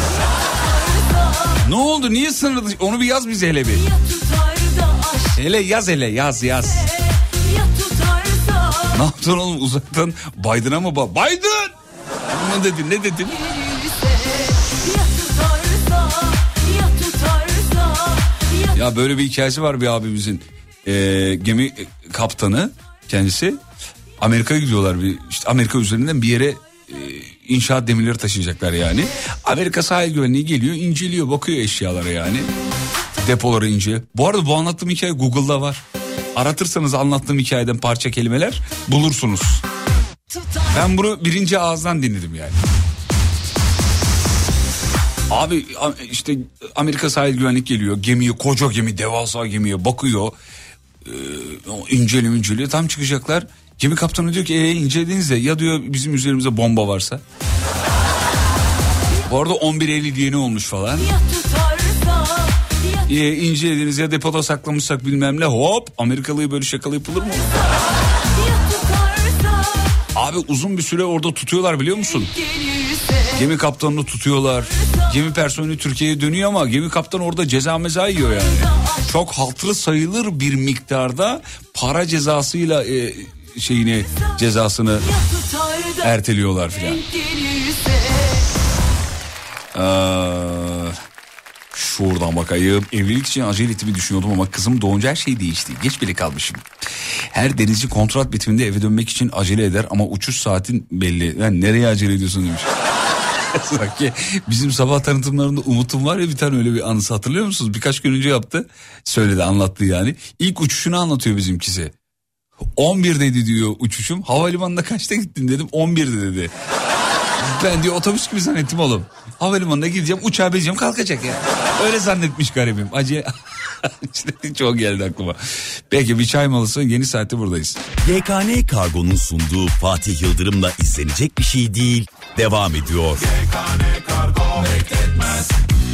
Ne oldu, niye sınır dışı? Onu bir yaz bize hele bir. Ya tutar da aşk Hele yaz hele, yaz yaz. ya tutarsa Ne yaptın oğlum, uzaktan Biden'a mı bak? Biden! Ne dedin, ne dedin? ya tutarsa ya tutarsa ya Ya böyle bir hikayesi var bir abimizin. Ee, gemi kaptanı kendisi. Amerika'ya gidiyorlar. Bir, işte Amerika üzerinden bir yere e, inşaat demirleri taşıyacaklar yani. Amerika sahil güvenliği geliyor, inceliyor, bakıyor eşyalara yani. Depoları inceliyor. Bu arada bu anlattığım hikaye Google'da var. Aratırsanız anlattığım hikayeden parça kelimeler bulursunuz. Ben bunu birinci ağızdan dinledim yani. Abi işte Amerika sahil güvenlik geliyor. Gemiye, koca gemi, devasa gemiye bakıyor. Ee, inceliyor inceliyor. Tam çıkacaklar. Gemi kaptanı diyor ki ee, incelediniz de ya diyor bizim üzerimize bomba varsa. Bu arada on bir Eylül yeni olmuş falan. ya tutarsa ya Ee, incelediniz ya depoda saklamışsak bilmem ne, hop Amerikalıyı böyle şakalı yapılır mı? ya tutarsa Abi uzun bir süre orada tutuyorlar biliyor musun? gelirse Gemi kaptanını tutuyorlar. Gemi personeli Türkiye'ye dönüyor ama gemi kaptanı orada ceza meza yiyor yani. Çok hatırı sayılır bir miktarda para cezasıyla e, şeyini cezasını ya tutar da erteliyorlar filan. gelirse Ee, şuradan bakayım. Evlilik için acele ettiğimi düşünüyordum ama kızım doğunca her şey değişti. Geç bile kalmışım. Her denizci kontrat bitiminde eve dönmek için acele eder ama uçuş saatin belli. Yani nereye acele ediyorsun demiş. Sanki bizim sabah tanıtımlarında Umut'un var ya bir tane öyle bir anısı, hatırlıyor musunuz? Birkaç gün önce yaptı. Söyledi, anlattı yani. İlk uçuşunu anlatıyor bizimkisi. on birdeydi diyor uçuşum. Havalimanına kaçta gittin dedim. on birde dedi. Ben diyor otobüs gibi zannettim oğlum. Havalimanına gideceğim, uçağa bineceğim, kalkacak ya. Öyle zannetmiş garibim. Acı işte çok geldi aklıma. Peki bir çay molası, yeni saatte buradayız. Y K N Kargo'nun sunduğu Fatih Yıldırım'la izlenecek bir şey değil devam ediyor. Y K N Kargo bekletmez.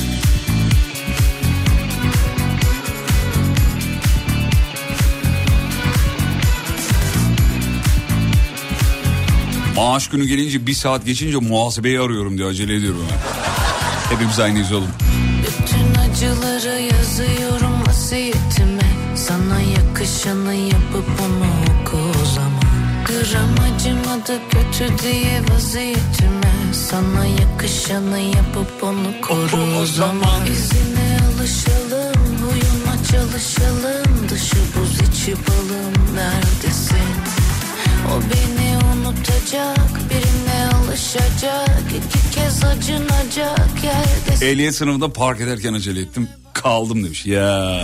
Maaş günü gelince bir saat geçince muhasebeyi arıyorum diyor, acele ediyorum. Ben. Hepimiz aynıyız oğlum. Bütün acıları yazıyorum vasiyetime. Sana yakışanı yapıp onu oku o zaman. Gram acımadı kötü diye vaziyetime. Sana yakışanı yapıp onu koru o zaman. İzine alışalım, huyuna çalışalım. Dışı buz içi balım, neredesin? O beni unutacak, birine alışacak, iki kez acınacak yerde. Ehliyet sınavında park ederken acele ettim, kaldım demiş. Ya.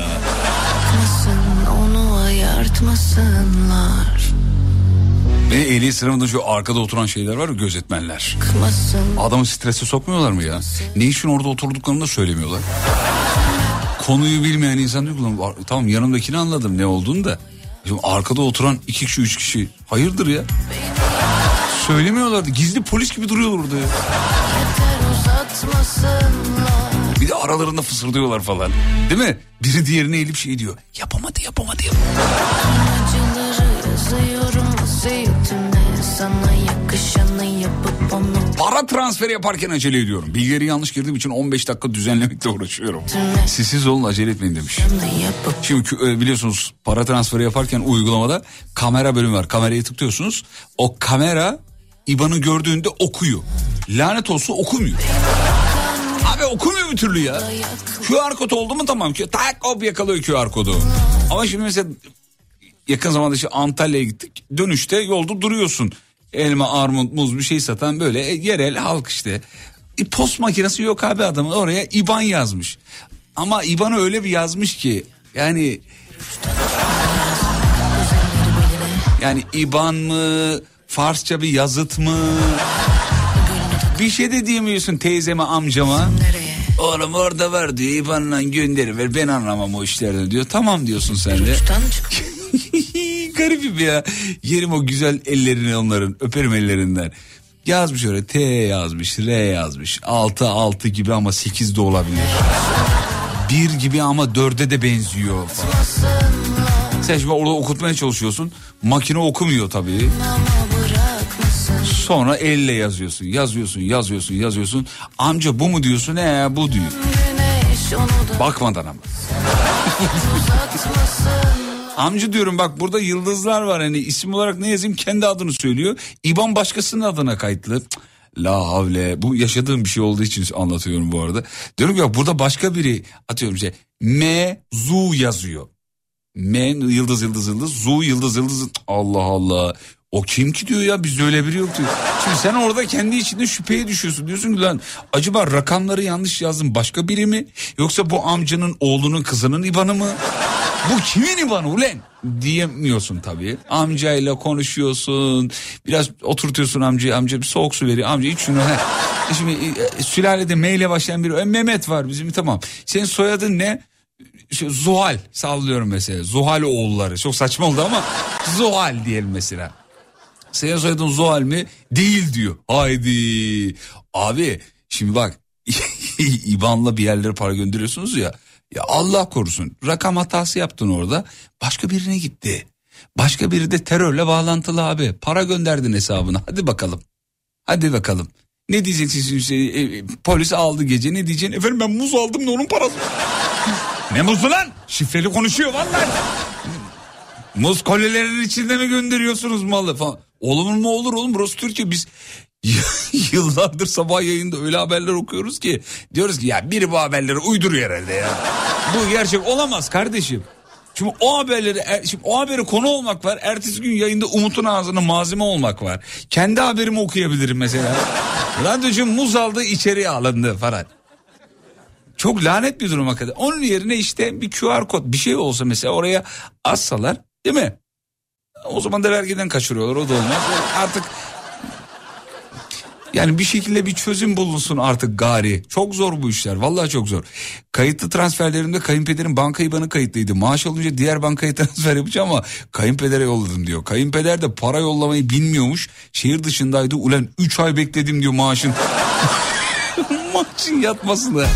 Onu ayartmasınlar. Ve ehliyet sınavında şu arkada oturan şeyler var ya, gözetmenler. Kmasın. Adamı strese sokmuyorlar mı ya? Ne için orada oturduklarını da söylemiyorlar. Konuyu bilmeyen insan diyor ki tamam yanımdakini anladım ne olduğunu da. Şimdi arkada oturan iki kişi üç kişi hayırdır ya? Söylemiyorlardı, gizli polis gibi duruyorlar orada ya. Bir de aralarında fısıldıyorlar falan. Değil mi? Biri diğerine eğilip şey diyor. Yapamadı yapamadı yapamadı. Acıları yazıyorum vasiyetime. Sana yakışanı yapıp onu. Para transferi yaparken acele ediyorum. Bilgileri yanlış girdiğim için on beş dakika düzenlemekle uğraşıyorum. Siz siz olun, acele etmeyin demiş. Şimdi biliyorsunuz para transferi yaparken uygulamada kamera bölümü var. Kamerayı tıklıyorsunuz. O kamera İban'ı gördüğünde okuyor. Lanet olsun okumuyor. Abi okumuyor bir türlü ya. Q R kod oldu mu tamam ki tak hop yakalıyor Q R kodu. Ama şimdi mesela yakın zamanda işte Antalya'ya gittik. Dönüşte yolda duruyorsun. Elma, armut, muz bir şey satan böyle yerel halk işte. E, post makinesi yok abi adamın, oraya İban yazmış. Ama İban'ı öyle bir yazmış ki yani... Yani İban mı, Farsça bir yazıt mı? Bir şey de diyemiyorsun teyzeme, amcama. Oğlum orada var diyor, İban'la gönderiver, ben anlamam o işlerden diyor. Tamam diyorsun sen de. Garip ya. Yerim o güzel ellerini onların, öperim ellerinden. Yazmış öyle, T yazmış, R yazmış. altı altı gibi ama sekiz de olabilir. bir gibi ama dörde de benziyor falan. Sen şimdi orada okutmaya çalışıyorsun. Makine okumuyor tabii. Sonra elle yazıyorsun. Yazıyorsun, yazıyorsun, yazıyorsun. Amca bu mu diyorsun? He bu diyor. Bakmadan ama. Amca diyorum bak burada yıldızlar var. Hani isim olarak ne yazayım? Kendi adını söylüyor. İban başkasının adına kayıtlı. La havle. Bu yaşadığım bir şey olduğu için anlatıyorum bu arada. Diyorum ki bak burada başka biri atıyorum şey. M, Zu yazıyor. M yıldız yıldız yıldız, Zu yıldız yıldız. Allah Allah. O kim ki diyor ya, bizde öyle biri yok diyor. Şimdi sen orada kendi içinde şüpheye düşüyorsun. Diyorsun ki lan acaba rakamları yanlış yazdım, başka biri mi? Yoksa bu amcanın oğlunun kızının İban'ı mı? Bu kimin İban'ı ulen? Diyemiyorsun tabii. Amcayla konuşuyorsun. Biraz oturtuyorsun amcayı. Amca bir soğuk su veriyor. Amca iç şunu. He. Şimdi e, sülalede M ile başlayan biri. E, Mehmet var bizim, tamam. Senin soyadın ne? Şu, Zuhal sallıyorum mesela. Zuhal oğulları. Çok saçma oldu ama Zuhal diyelim mesela. Senin soyadın Zuhal mi? Değil diyor. Haydi. Abi şimdi bak İban'la bir yerlere para gönderiyorsunuz ya. Ya Allah korusun, rakam hatası yaptın orada, başka birine gitti. Başka biri de terörle bağlantılı abi. Para gönderdin hesabına. Hadi bakalım. Hadi bakalım. Ne diyeceksin şey, e, polis aldı gece, ne diyeceksin? Efendim ben muz aldım da onun parası. Ne muzu lan? Şifreli konuşuyor vallahi. Muz kolilerinin içinde mi gönderiyorsunuz malı falan? Olur mu olur oğlum, burası Türkiye, biz yıllardır sabah yayında öyle haberler okuyoruz ki diyoruz ki ya biri bu haberleri uyduruyor herhalde ya. Bu gerçek olamaz kardeşim. Şimdi o haberleri, şimdi o haberi konu olmak var. Ertesi gün yayında Umut'un ağzına malzeme olmak var. Kendi haberimi okuyabilirim mesela. Radyocu muz aldı, içeriye alındı falan. Çok lanet bir durum hakikaten. Onun yerine işte bir Q R kod bir şey olsa mesela oraya assalar, değil mi? O zaman da vergiden kaçırıyorlar, o da olmaz. Artık yani bir şekilde bir çözüm bulunsun artık gari. Çok zor bu işler, vallahi çok zor. Kayıtlı transferlerimde kayınpederin banka IBAN'ı kayıtlıydı. Maaş alınca diğer bankaya transfer yapacağım ama kayınpedere yolladım diyor. Kayınpeder de para yollamayı bilmiyormuş. Şehir dışındaydı. Ulan üç ay bekledim diyor maaşın. Maaşın yatmasını.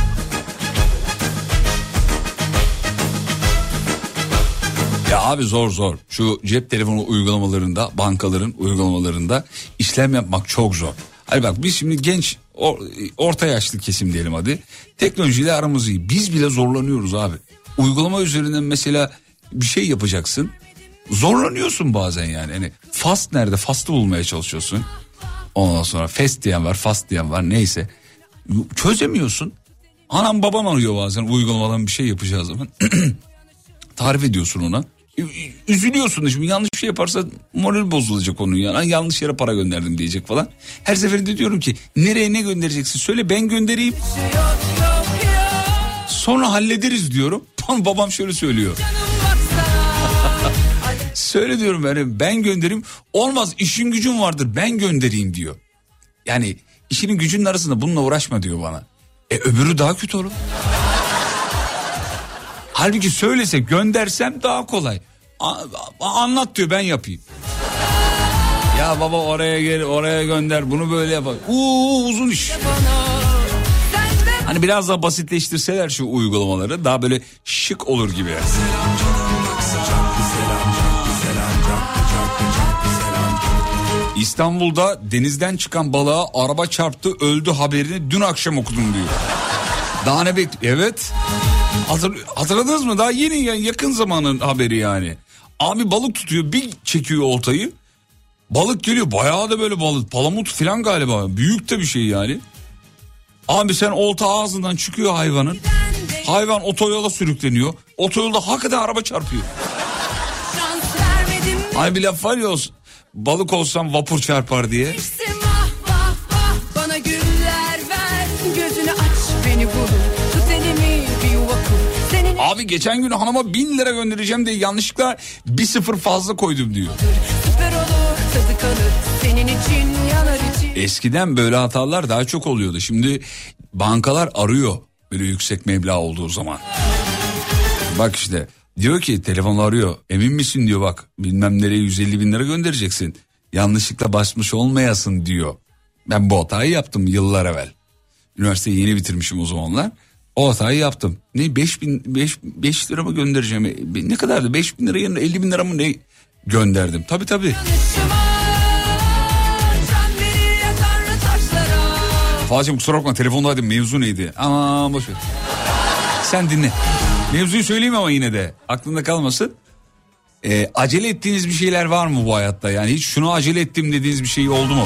Ya abi zor zor. Şu cep telefonu uygulamalarında, bankaların uygulamalarında işlem yapmak çok zor. Hadi bak biz şimdi genç, or, orta yaşlı kesim diyelim hadi. Teknolojiyle aramız iyi. Biz bile zorlanıyoruz abi. Uygulama üzerinden mesela bir şey yapacaksın. Zorlanıyorsun bazen yani. Yani fast nerede? Fast'ı bulmaya çalışıyorsun. Ondan sonra fast diyen var, fast diyen var, neyse. Çözemiyorsun. Anam babam arıyor bazen uygulamadan bir şey yapacağı zaman. Tarif ediyorsun ona. Üzülüyorsun da şimdi yanlış bir şey yaparsa moral bozulacak onun yani. Yanlış yere para gönderdim diyecek falan. Her seferinde diyorum ki nereye ne göndereceksin söyle, ben göndereyim. Sonra hallederiz diyorum. Babam şöyle söylüyor. Söyle diyorum yani, ben göndereyim. Olmaz, işin gücün vardır, ben göndereyim diyor. Yani işinin gücünün arasında bununla uğraşma diyor bana. E öbürü daha kötü olur. Halbuki söylese, göndersem daha kolay. A- anlat diyor, ben yapayım. Ya baba oraya gel, oraya gönder, bunu böyle yap. Uuu uzun iş. Hani biraz daha basitleştirseler şu uygulamaları daha böyle şık olur gibi. İstanbul'da denizden çıkan balığa araba çarptı, öldü haberini dün akşam okudum diyor. Daha ne bek... Evet. Hatır... Hatırladınız mı? Daha yeni, yakın zamanın haberi yani. Abi balık tutuyor, bir çekiyor oltayı. Balık geliyor, bayağı da böyle balık, palamut falan galiba, büyük de bir şey yani. Abi sen olta ağzından çıkıyor hayvanın. Hayvan otoyola sürükleniyor. Otoyolda hakikaten araba çarpıyor. Ay bir laf var ya, balık olsam vapur çarpar diye. Vah vah vah bana güller ver, gözünü aç beni bulur, tut elimi bir yuva kur. Senin... Abi geçen gün hanıma bin lira göndereceğim diye yanlışlıkla bir sıfır fazla koydum diyor. Süper olur, tadı kalır, senin için yanar için. Eskiden böyle hatalar daha çok oluyordu. Şimdi bankalar arıyor böyle yüksek meblağ olduğu zaman. Bak işte diyor ki, telefonla arıyor. Emin misin diyor, bak bilmem nereye yüz elli bin lira göndereceksin. Yanlışlıkla basmış olmayasın diyor. Ben bu hatayı yaptım yıllar evvel. Üniversiteyi yeni bitirmişim o zamanlar. O hatayı yaptım. Ne beş bin, beş lira mı göndereceğim? Ne kadardı? beş bin lira yerine elli bin lira mı ne gönderdim? Tabii tabii. Fatih'im kusura bakma, telefondaydım, mevzu neydi? Aman boş ver. Sen dinle. Mevzuyu söyleyeyim ama yine de aklında kalmasın. Ee, acele ettiğiniz bir şeyler var mı bu hayatta? Yani hiç şunu acele ettim dediğiniz bir şey oldu mu?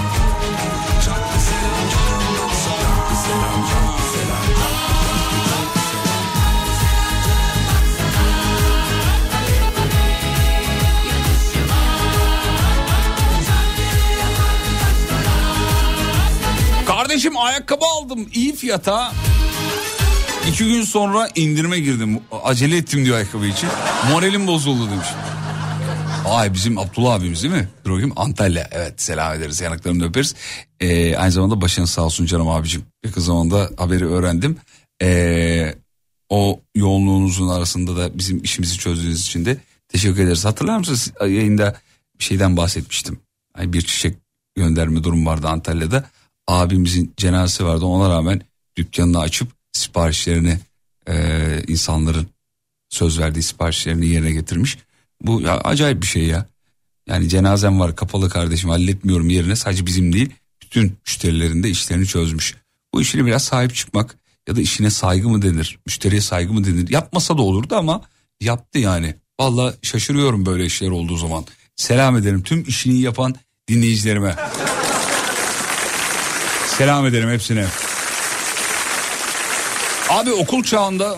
Kardeşim ayakkabı aldım iyi fiyata. İki gün sonra indirime girdim. Acele ettim diyor ayakkabı için. Moralim bozuldu demiş. Ay bizim Abdullah abimiz değil mi? Dur bakayım, Antalya. Evet, selam ederiz, yanaklarını öperiz. Ee, aynı zamanda başın sağ olsun canım abicim. Yakın zamanda haberi öğrendim. Ee, o yoğunluğunuzun arasında da bizim işimizi çözdüğünüz için de teşekkür ederiz. Hatırlar mısınız, yayında bir şeyden bahsetmiştim. Yani bir çiçek gönderme durum vardı Antalya'da. Abimizin cenazesi vardı, ona rağmen dükkanını açıp siparişlerini, e, insanların söz verdiği siparişlerini yerine getirmiş. Bu ya, acayip bir şey ya. Yani cenazem var kapalı kardeşim, halletmiyorum yerine, sadece bizim değil bütün müşterilerin de işlerini çözmüş. Bu işine biraz sahip çıkmak ya da işine saygı mı denir, müşteriye saygı mı denir, yapmasa da olurdu ama yaptı yani. Vallahi şaşırıyorum böyle işler olduğu zaman. Selam ederim tüm işini yapan dinleyicilerime. Selam ederim hepsine. Abi okul çağında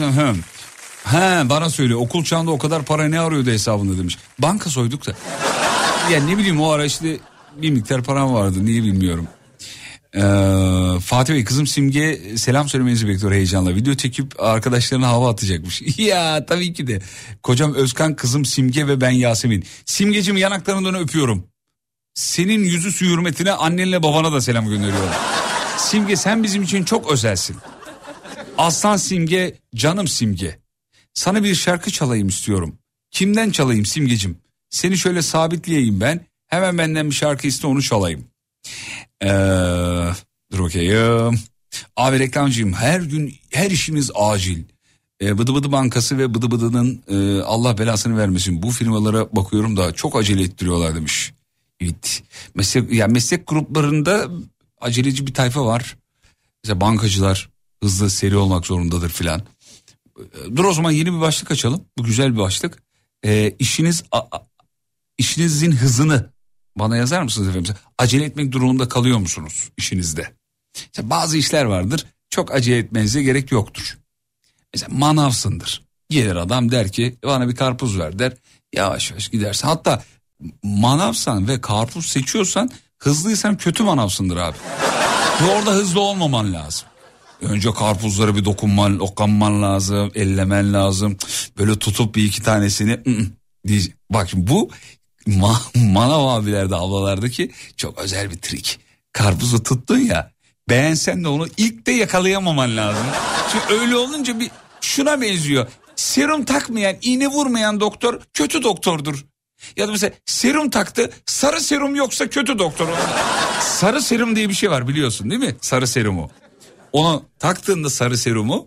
he bana söylüyor, okul çağında o kadar para ne arıyordu hesabında demiş. Banka soyduk da. Yani ne bileyim, o ara işte bir miktar param vardı, niye bilmiyorum. Ee, Fatih Bey, kızım Simge selam söylemenizi bekliyor heyecanla. Video çekip arkadaşlarına hava atacakmış. Ya tabii ki de. Kocam Özkan, kızım Simge ve ben Yasemin. Simgeciğim yanaklarından öpüyorum. Senin yüzü su hürmetine annenle babana da selam gönderiyorum. Simge sen bizim için çok özelsin. Aslan Simge, canım Simge. Sana bir şarkı çalayım istiyorum. Kimden çalayım Simgecim? Seni şöyle sabitleyeyim ben. Hemen benden bir şarkı iste, onu çalayım. Ee, dur bakayım. Abi reklamcıyım. Her gün her işimiz acil. Ee, Bıdı Bıdı Bankası ve Bıdı Bıdı'nın e, Allah belasını vermesin. Bu firmalara bakıyorum da çok acele ettiriyorlar demiş. Evet. Meslek, yani meslek gruplarında aceleci bir tayfa var. Mesela bankacılar hızlı seri olmak zorundadır filan. Dur o zaman yeni bir başlık açalım. Bu güzel bir başlık. Ee, işiniz a, a, işinizin hızını bana yazar mısınız efendim? Acele etmek durumunda kalıyor musunuz işinizde? Mesela bazı işler vardır. Çok acele etmenize gerek yoktur. Mesela manavsındır. Gelir adam der ki bana bir karpuz ver der. Yavaş yavaş gidersin. Hatta manavsan ve karpuz seçiyorsan, hızlıysan kötü manavsındır abi. Ve orada hızlı olmaman lazım. Önce karpuzlara bir dokunman, dokunman lazım, ellemen lazım. Böyle tutup bir iki tanesini diyecek. Bak şimdi bu ma- manav abilerde, ablalardaki çok özel bir trik. Karpuzu tuttun ya, beğensen de onu ilk de yakalayamaman lazım. Çünkü öyle olunca bir şuna benziyor. Serum takmayan, iğne vurmayan doktor kötü doktordur. Ya da mesela serum taktı, sarı serum yoksa kötü doktor. Sarı serum diye bir şey var biliyorsun değil mi? Sarı serumu. Onu taktığında sarı serumu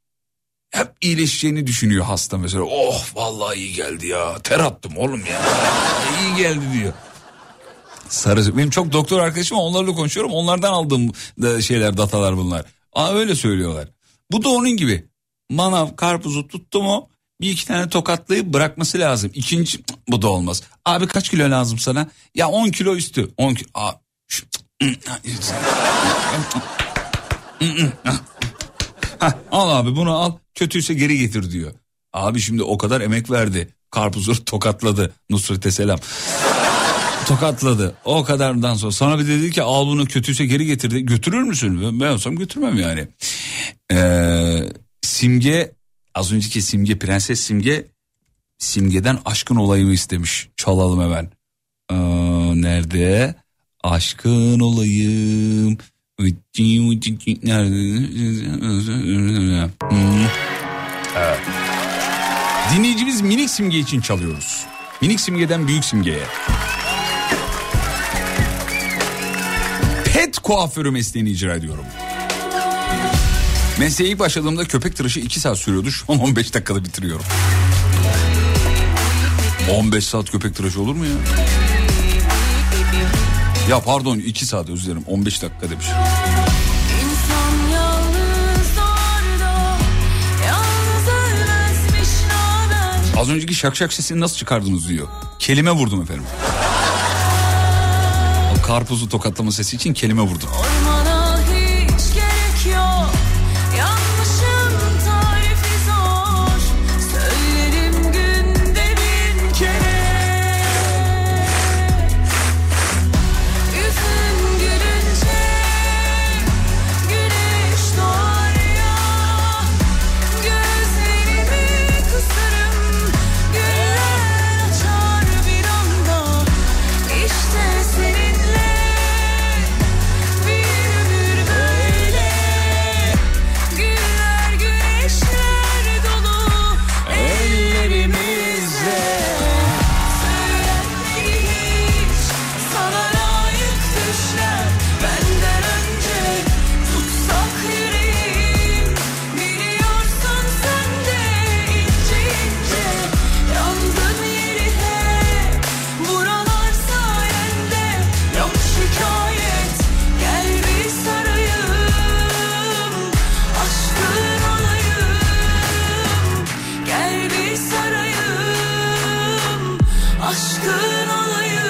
hep iyileşeceğini düşünüyor hasta mesela. Oh vallahi iyi geldi ya, ter attım oğlum ya. İyi geldi diyor. Sarı, benim çok doktor arkadaşım, onlarla konuşuyorum. Onlardan aldığım da şeyler, datalar bunlar. Aa, öyle söylüyorlar. Bu da onun gibi. Manav karpuzu tuttu mu bir iki tane tokatlayıp bırakması lazım. İkinci bu da olmaz. Abi kaç kilo lazım sana? Ya on kilo üstü. on kilo. Aa, şu, Heh, al abi bunu al, kötüyse geri getir diyor. Abi şimdi o kadar emek verdi. Karpuzu tokatladı. Nusret'e selam. Tokatladı. O kadardan sonra. Sonra bir dedi ki al bunu, kötüyse geri getirdi. Götürür müsün? Ben olsam götürmem yani. Ee, Simge, az önceki Simge, Prenses Simge, Simge'den aşkın olayımı istemiş. Çalalım hemen. Ee, nerede? Aşkın olayım. Nerede? Hmm. Evet. Dinleyicimiz Minik Simge için çalıyoruz. Minik Simge'den Büyük Simge'ye. Pet kuaförü mesleğini icra ediyorum. Mesleğe ilk başladığımda köpek tıraşı iki saat sürüyordu. Şu an on beş dakikada bitiriyorum. on beş saat köpek tıraşı olur mu ya? Ya pardon, iki saat, özür dilerim, on beş dakika demiş. Az önceki şak şak sesini nasıl çıkardınız diyor. Kelime vurdum efendim. O karpuzu tokatlama sesi için kelime vurdum. Ormana hiç gerek yok. Yanlışım tarifi zor. Söylerim günde bin kere. Yüzün gülünce güneş doğar ya. Gözlerimi kısarım. Güller açar bir anda. İşte seninle bir ömür böyle. Güller güneşler dolu ellerimizde. Söylenmedi hiç sana layık düşler. Benden önce tutsak yüreğim. Biliyorsun sen de ince ince yandın yeri hep. Buralar sayende yok şikayet. Gel bir sarayım, aşkın olayım. Gel bir sarayım, aşkın olayım.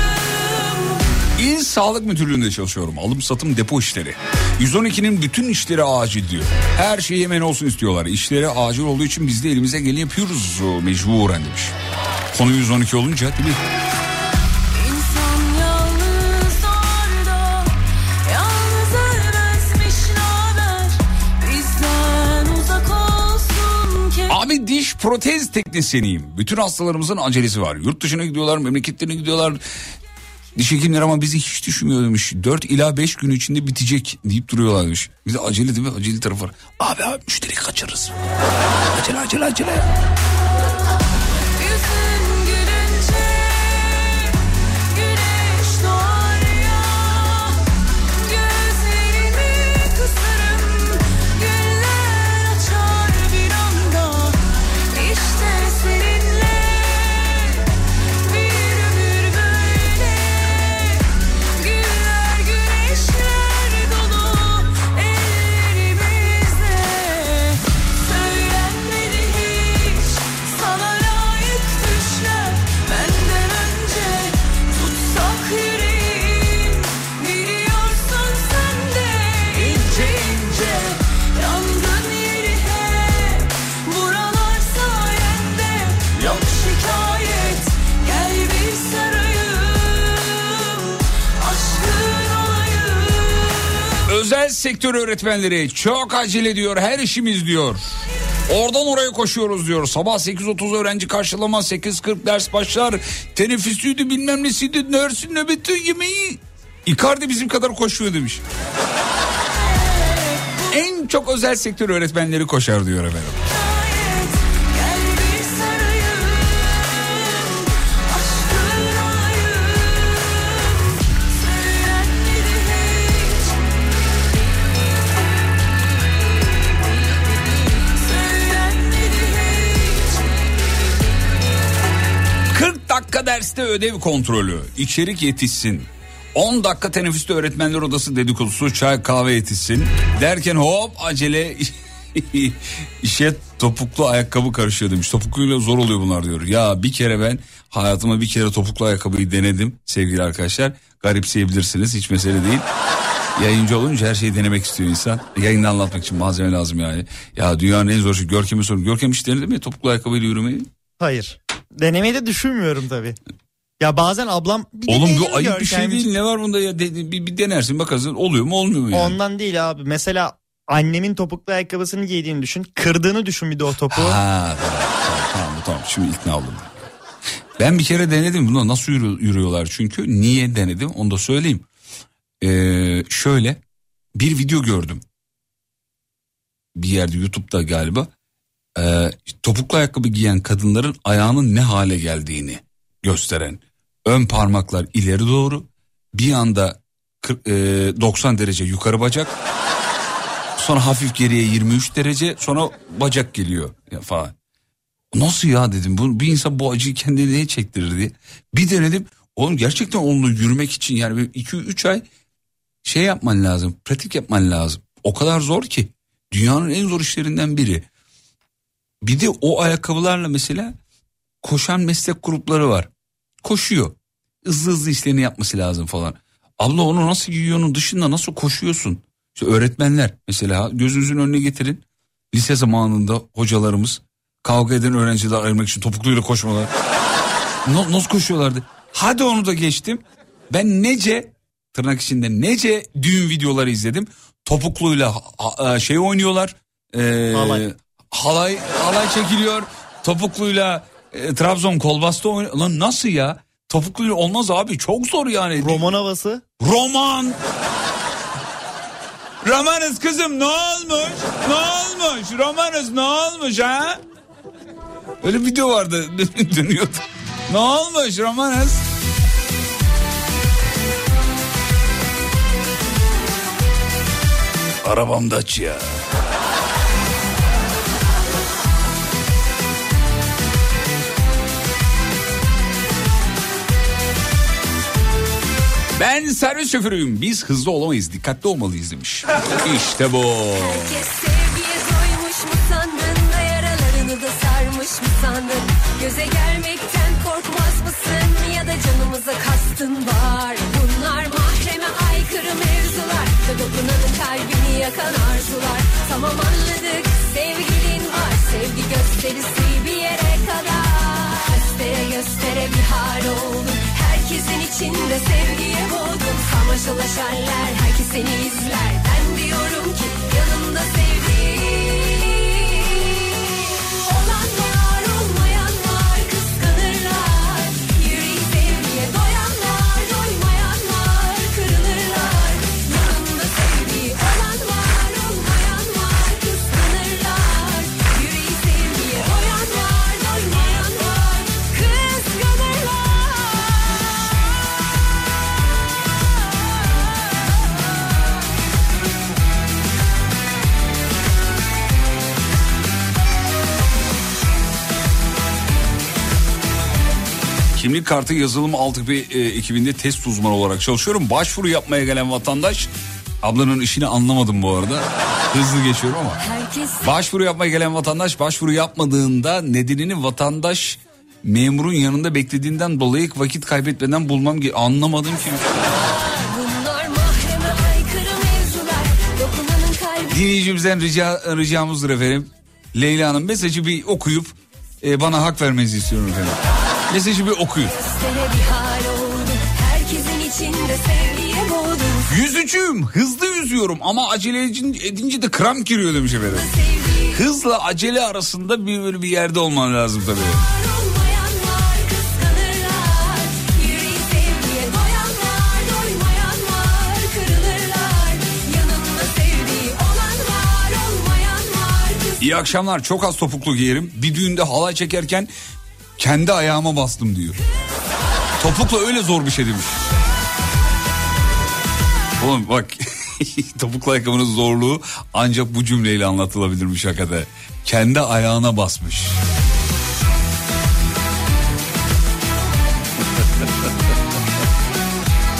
İl Sağlık Müdürlüğü'nde çalışıyorum. Alım satım depo işleri. yüz on ikinin bütün işleri acil diyor. Her şey hemen olsun istiyorlar. İşleri acil olduğu için biz de elimize geleni yapıyoruz mecburen demiş. Konu yüz on iki olunca değil mi? İnsan yalnız orada, yalnız ölmezmiş naber. Bizden uzak olsun ki. Abi diş protez teknisyeniyim. Bütün hastalarımızın acelesi var. Yurt dışına gidiyorlar, memleketlerine gidiyorlar. Diş hekimleri ama bizi hiç düşünmüyor demiş. dört ila beş gün içinde bitecek deyip duruyorlar demiş. Bize acele değil mi? Acele tarafı var. Abi abi müşteri kaçırırız. Acele acele acele. Yüzün gülünce güneş doğar ya. Gözlerimi kısarım. Güller açar bir anda. İşte seninle bir ömür böyle. Güller güneşler dolu ellerimizde. Söylenmedi hiç sana layık düşler. Benden önce tutsak yüreğim. Biliyorsun sen de ince ince yandın yeri hep. Buralar sayende yok şikayet. Gel bir sarayım, aşkın olayım. Özel sektör öğretmenleri çok acele diyor, her işimiz diyor. Oradan oraya koşuyoruz diyor. Sabah sekiz otuz öğrenci karşılama, sekiz kırk ders başlar. Teneffüsüydü, bilmem nesiydi, nörsün nöbeti yemeği. Icardi bizim kadar koşuyor demiş. En çok özel sektör öğretmenleri koşar diyor efendim. Gel bir sarayım, aşkın olayım. Söylenmedi hiç. Söylenmedi hiç. kırk dakika derste ödev kontrolü, içerik yetişsin. on dakika teneffüste öğretmenler odası dedikodusu, çay kahve yetişsin. Derken hop acele İşe topuklu ayakkabı karışıyor demiş. Topukluyla zor oluyor bunlar diyor. Ya bir kere ben hayatıma bir kere topuklu ayakkabıyı denedim sevgili arkadaşlar. Garipseyebilirsiniz, hiç mesele değil. Yayıncı olunca her şeyi denemek istiyor insan. Yayında anlatmak için malzeme lazım yani. Ya dünyanın en zor şey. Görkem'e sorun. Görkem hiç denedi mi topuklu ayakkabıyla yürümeyi? Hayır. Denemeyi de düşünmüyorum tabii. Ya bazen ablam... Oğlum bu ayıp bir şey değil, ne var bunda ya, de, bir, bir denersin bakarsın oluyor mu olmuyor mu yani? Ondan değil abi, mesela annemin topuklu ayakkabısını giydiğini düşün, kırdığını düşün bir de o topuğu. Ha tamam tamam, tamam, tamam. Şimdi ikna oldum. Ben bir kere denedim bunu, nasıl yürü, yürüyorlar çünkü niye denedim onu da söyleyeyim. Ee, şöyle bir video gördüm bir yerde, YouTube'da galiba. Ee, topuklu ayakkabı giyen kadınların ayağının ne hale geldiğini gösteren. Ön parmaklar ileri doğru, bir anda doksan derece yukarı bacak, sonra hafif geriye yirmi üç derece, sonra bacak geliyor falan. Nasıl ya dedim, bu bir insan bu acıyı kendine niye çektirir diye. Bir denedim, oğlum gerçekten onunla yürümek için yani iki üç ay şey yapman lazım, pratik yapman lazım. O kadar zor ki, dünyanın en zor işlerinden biri. Bir de o ayakkabılarla mesela koşan meslek grupları var. Koşuyor. Hızlı hızlı işlerini yapması lazım falan. Abla onu nasıl giyiyor, onun dışında nasıl koşuyorsun? İşte öğretmenler mesela gözünüzün önüne getirin. Lise zamanında hocalarımız kavga eden öğrencileri ayırmak için topukluyla koşmalar. Nasıl koşuyorlardı? Hadi onu da geçtim. Ben nece tırnak içinde nece düğün videoları izledim. Topukluyla şey oynuyorlar. E, halay. halay. Halay çekiliyor. Topukluyla e, Trabzon kolbasta oynuyor. Lan nasıl ya? Topukluyla olmaz abi, çok zor yani. Roman havası. Roman. Romanız kızım, ne olmuş? Ne olmuş? Romanız ne olmuş ha? Öyle bir video vardı dönüyordu. Ne olmuş Romanız? Arabam Dacia. Ben servis şoförüyüm. Biz hızlı olamayız, dikkatli olmalıyız demiş. İşte bu. Herkes sevgiye doymuş mu sandın da yaralarını da sarmış mı sandın? Göze gelmekten korkmaz mısın ya da canımıza kastın var? Bunlar mahreme aykırı mevzular ve dokunanın kalbini yakan arzular. Tamam anladık, sevgilin var, sevgi gösterisi bir yere kadar. Göstere göstere bir hal oldun, herkesin içinde sevgiye boğdun. Kamaşalaşanlar herkes seni izler, ben diyorum ki yanımda sevdiğim olan var, olmayan var, kıskanırlar. Yüreği sevgiye doyanlar, doymayan var, kırılırlar. Yanımda sevdiği olan var, olmayan var, kıskanırlar. Yüreği sevgiye doyan var, doymayan var, kıskanırlar. Kimlik kartı yazılım altyapı e, ekibinde test uzmanı olarak çalışıyorum. Başvuru yapmaya gelen vatandaş, ablanın işini anlamadım bu arada. Hızlı geçiyorum ama. Başvuru yapmaya gelen vatandaş başvuru yapmadığında nedenini vatandaş memurun yanında beklediğinden dolayı vakit kaybetmeden bulmam gerekiyor. Anlamadım ki. Bunlar mahreme aykırı mevzular, dokunanın kalbi. Dinleyicimizden rica, ricamızdır efendim. Leyla Hanım mesajı bir okuyup e, bana hak vermenizi istiyorum efendim. Mesajı bir okuyun. Yüzücüyüm, hızlı yüzüyorum ama acele edince de kramp giriyor demiş efendim. Hızla acele arasında bir böyle bir yerde olman lazım tabii. İyi akşamlar, çok az topuklu giyerim. Bir düğünde halay çekerken kendi ayağıma bastım diyor. Topukla öyle zor bir şey demiş. Oğlum bak topuklu ayakkabının zorluğu ancak bu cümleyle anlatılabilirmiş hakikaten. Kendi ayağına basmış.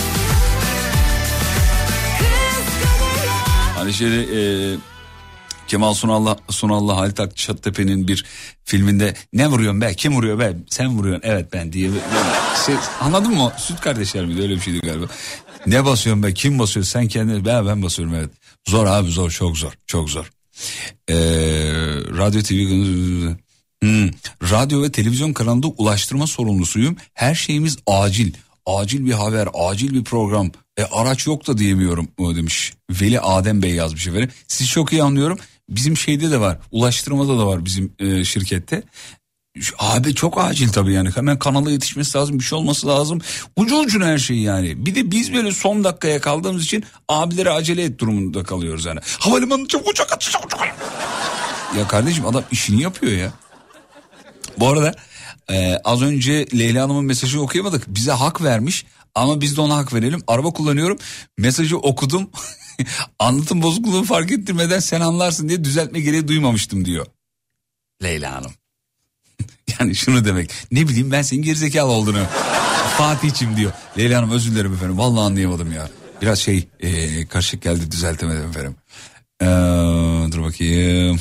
Hani şöyle e, Kemal Sunal'la, Sunal'la Halit Akçatepe'nin bir filminde ne vuruyorsun be, kim vuruyor be, sen vuruyorsun, evet ben diye. Şey, anladın mı? Süt kardeşler miydi, öyle bir şeydi galiba. Ne basıyorsun be, kim basıyor, sen kendin, ben, ben basıyorum, evet. Zor abi, zor, çok zor, çok zor. Ee, radyo T V hmm. Radyo ve televizyon kanalında ulaştırma sorumlusuyum. Her şeyimiz acil. Acil bir haber, acil bir program. E, araç yok da diyemiyorum o demiş. Veli Adem Bey yazmış efendim. Sizi çok iyi anlıyorum. Bizim şeyde de var. Ulaştırmada da var bizim e, şirkette. Abi çok acil tabii yani. Hemen kanala yetişmesi lazım. Bir şey olması lazım. Ucu ucuna her şey yani. Bir de biz böyle son dakikaya kaldığımız için abilere acele et durumunda kalıyoruz yani. Havalimanı çabuk uçak at, çabuk uçak. Ya kardeşim adam işini yapıyor ya. Bu arada e, az önce Leyla Hanım'ın mesajını okuyamadık. Bize hak vermiş ama biz de ona hak verelim. Araba kullanıyorum. Mesajı okudum. Anlatım bozukluğunu fark ettirmeden sen anlarsın diye düzeltme gereği duymamıştım diyor. Leyla Hanım. Yani şunu demek. Ne bileyim ben senin gerizekalı olduğunu. Fatih'cim diyor. Leyla Hanım özür dilerim efendim. Vallahi anlayamadım ya. Biraz şey e, karışık geldi, düzeltemedim efendim. Ee, dur bakayım.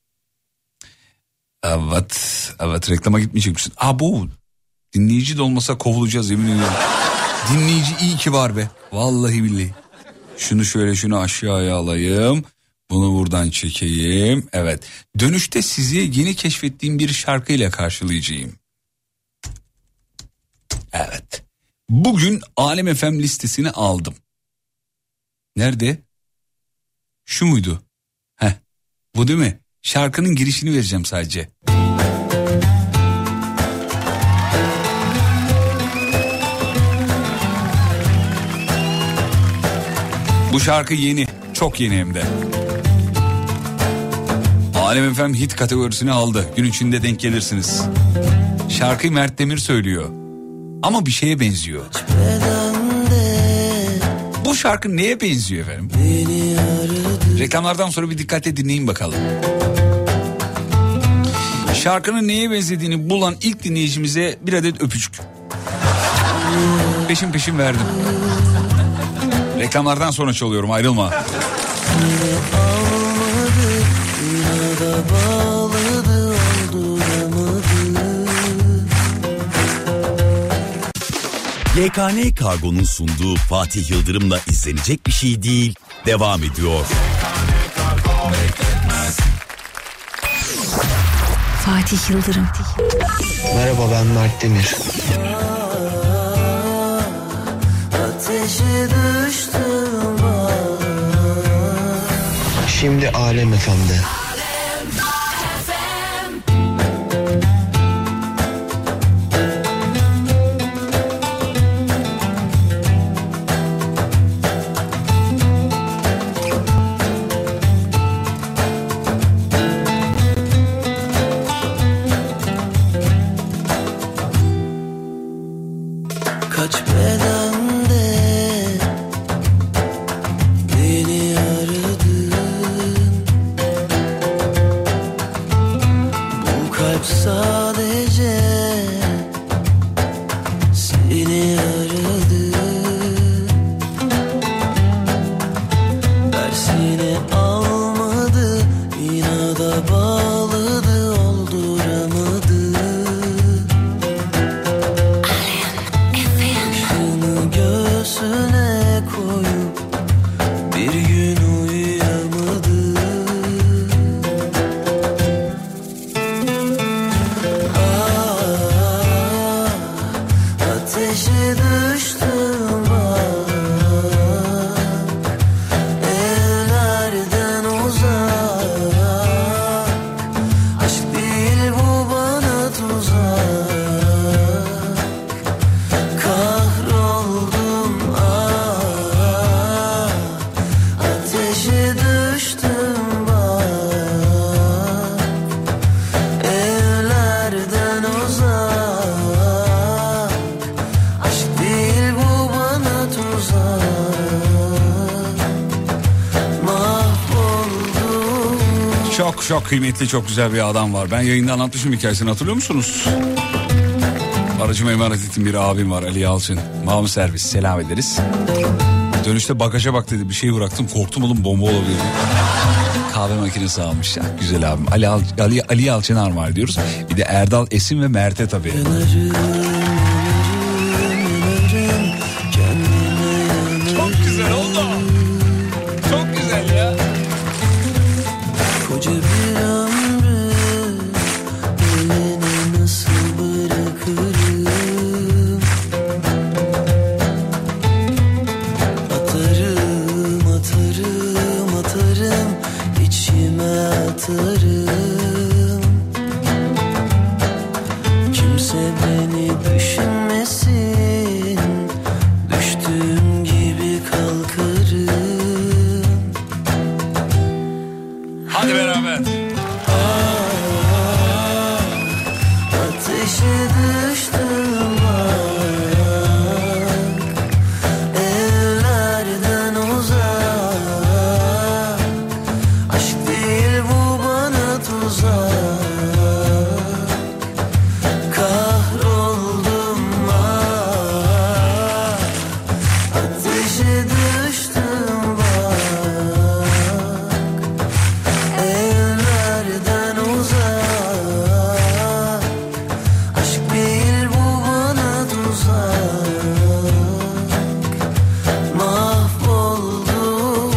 Evet. Evet, reklama gitmeyecekmişsin. Aa bu. Dinleyici de olmasa kovulacağız yemin ediyorum. Dinleyici iyi ki var be. Vallahi billahi. Şunu şöyle şunu aşağıya alayım. Bunu buradan çekeyim. Evet. Dönüşte sizi yeni keşfettiğim bir şarkıyla karşılayacağım. Evet. Bugün Alem F M listesini aldım. Nerede? Şu muydu? Heh. Bu değil mi? Şarkının girişini vereceğim sadece. Bu şarkı yeni. Çok yeni hem de. Alem F M hit kategorisini aldı. Gün içinde denk gelirsiniz. Şarkıyı Mert Demir söylüyor. Ama bir şeye benziyor. Bu şarkı neye benziyor efendim? Reklamlardan sonra bir dikkatle dinleyin bakalım. Şarkının neye benzediğini bulan ilk dinleyicimize bir adet öpücük. Peşin peşin verdim. Reklamlardan sonra çalıyorum, ayrılma. Y K N Kargo'nun sunduğu Fatih Yıldırım'la izlenecek bir şey değil devam ediyor. Fatih Yıldırım. Merhaba, ben Mert Demir. Şimdi Alem F M'de. Çok kıymetli, çok güzel bir adam var. Ben yayında anlatmışım hikayesini, hatırlıyor musunuz? Aracıma emanet ettiğim bir abim var, Ali Yalçın. Mamı servis, selam ederiz. Dönüşte bagaja bak dedi, bir şey bıraktım, korktum oğlum, bomba olabilir. kahve makinesi almış. Ya, güzel abim. Ali, Al- Ali, Ali Yalçın'a armağan ediyoruz. Bir de Erdal, Esin ve Mert'e tabii. Çok güzel oldu. Çok güzel ya. Koca bir ömrü eline nasıl bırakırım? Atarım, atarım, atarım, içime atarım. Kimse beni düşünmesin, düştüğüm gibi kalkarım. Hadi beraber. Ateşe düştüm bak, evlerden uzak. Aşk değil bu bana tuzak. Kahroldum bak, ateşe düştüm bak, evlerden uzak. Aşk değil bu bana tuzak. Mahvoldum.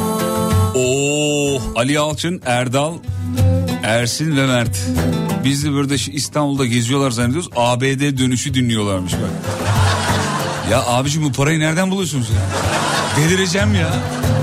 Oo, Ali Yalçın, Erdal, Ersin ve Mert. Biz de burada şu İstanbul'da geziyorlar zannediyoruz. A B D dönüşü dinliyorlarmış bak. Ya abiciğim bu parayı nereden buluyorsunuz ya? Delireceğim ya.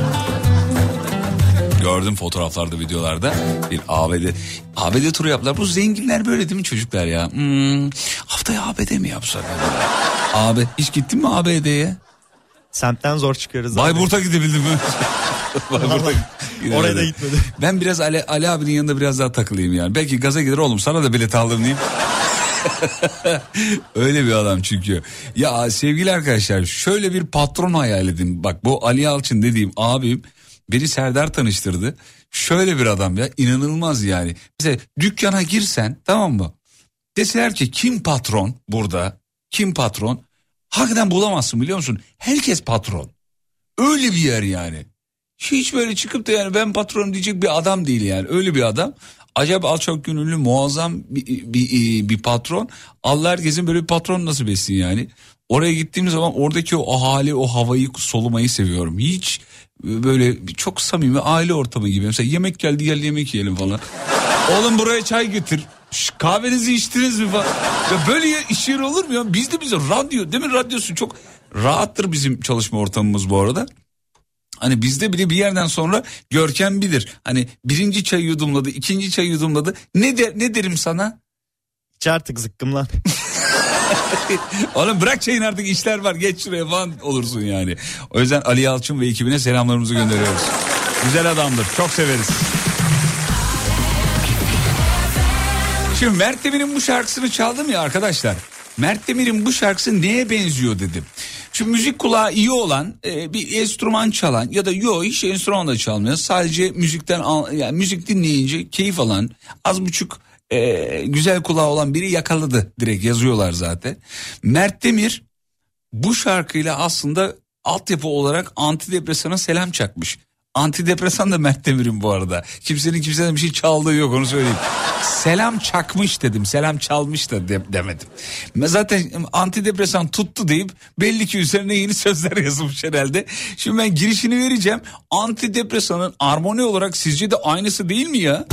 Gördüm fotoğraflarda, videolarda bir A B D A B D turu yaptılar. Bu zenginler böyle değil mi çocuklar ya? Hmm, haftaya A B D mi yapsak? A B hiç gittin mi A B D'ye? Semtten zor çıkıyoruz. Bayburt'a gidebildim mi? Bayburt'a gidemedim. Oraya da gitmedi. Ben biraz Ali, Ali abinin yanında biraz daha takılayım yani. Belki gaza gelir, oğlum sana da bilet aldım diyeyim. Öyle bir adam çünkü. Ya sevgili arkadaşlar, şöyle bir patron hayal edin. Bak bu Ali Yalçın dediğim abim beni Serdar tanıştırdı. Şöyle bir adam ya, inanılmaz yani. Mesela dükkana girsen, tamam mı? Deseler ki kim patron burada? Kim patron? Hakikaten bulamazsın, biliyor musun? Herkes patron. Öyle bir yer yani. Hiç böyle çıkıp da yani ben patronum diyecek bir adam değil yani. Öyle bir adam. Acayip alçak gönüllü, muazzam bir, bir, bir patron. Allah herkesin böyle bir patron nasip etsin yani. Oraya gittiğim zaman oradaki o hali, o havayı solumayı seviyorum. Hiç böyle çok samimi aile ortamı gibi. Mesela yemek geldi, gel yemek yiyelim falan. Oğlum buraya çay getir. Şş, kahvenizi içtiniz mi falan. Ya böyle iş yeri olur mu ya? Bizde bize radyo, değil mi, radyosu çok rahattır bizim çalışma ortamımız bu arada. Hani bizde bile bir yerden sonra Görkem bilir. Hani birinci çayı yudumladı, ikinci çayı yudumladı. Ne der, ne derim sana? İç artık zıkkımlan. Oğlum bırak çayın, artık işler var, geç şuraya falan olursun yani. O yüzden Ali Yalçın ve ekibine selamlarımızı gönderiyoruz. Güzel adamdır, çok severiz. Şimdi Mert Demir'in bu şarkısını çaldım ya arkadaşlar. Mert Demir'in bu şarkısı neye benziyor dedim. Şu müzik kulağı iyi olan e, bir enstrüman çalan ya da yo hiç enstrüman da çalmayan, sadece müzikten yani müzik dinleyince keyif alan, az buçuk e, güzel kulağı olan biri yakaladı, direkt yazıyorlar zaten. Mert Demir bu şarkıyla aslında altyapı olarak antidepresana selam çakmış. Antidepresan da Mert Demir'in bu arada. Kimsenin kimseden bir şey çaldığı yok, onu söyleyeyim. Selam çakmış dedim, selam çalmış da de, demedim. Zaten antidepresan tuttu deyip belli ki üzerine yeni sözler yazılmış herhalde. Şimdi ben girişini vereceğim. Antidepresanın armoni olarak sizce de aynısı değil mi ya?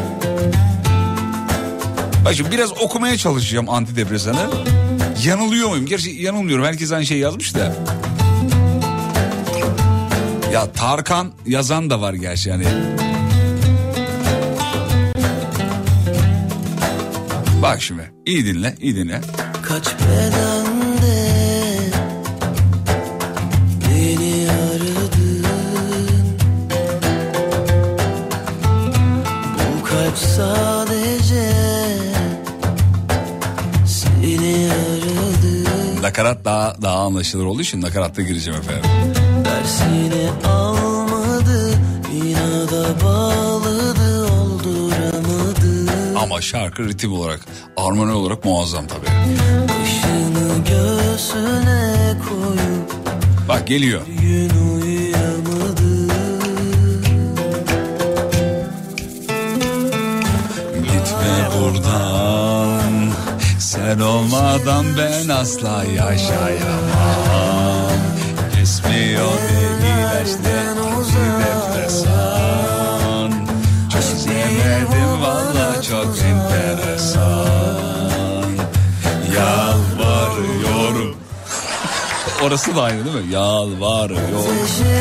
Bak şimdi biraz okumaya çalışacağım antidepresanı. Yanılıyor muyum? Gerçi yanılmıyorum, herkes aynı şey yazmış da. Ya Tarkan yazan da var gerçi yani. Bak şimdi iyi dinle, iyi dinle. Kaç bedende beni aradın, bu kalp sadece seni aradı. Nakarat daha daha anlaşılır olduğu için nakaratta gireceğim efendim. Dersini almadı, inada bağladı, olduramadı. Ama şarkı ritim olarak, armoni olarak muazzam tabii. Başını göğsüne koyup bak geliyor. gün uyuyamadı. Sen olmadan ben asla yaşayamam. Kesmiyor ne ilaç ne antidepresan. Çözemedim valla çok enteresan. Yalvarıyorum. Orası da aynı değil mi? Yalvarıyorum.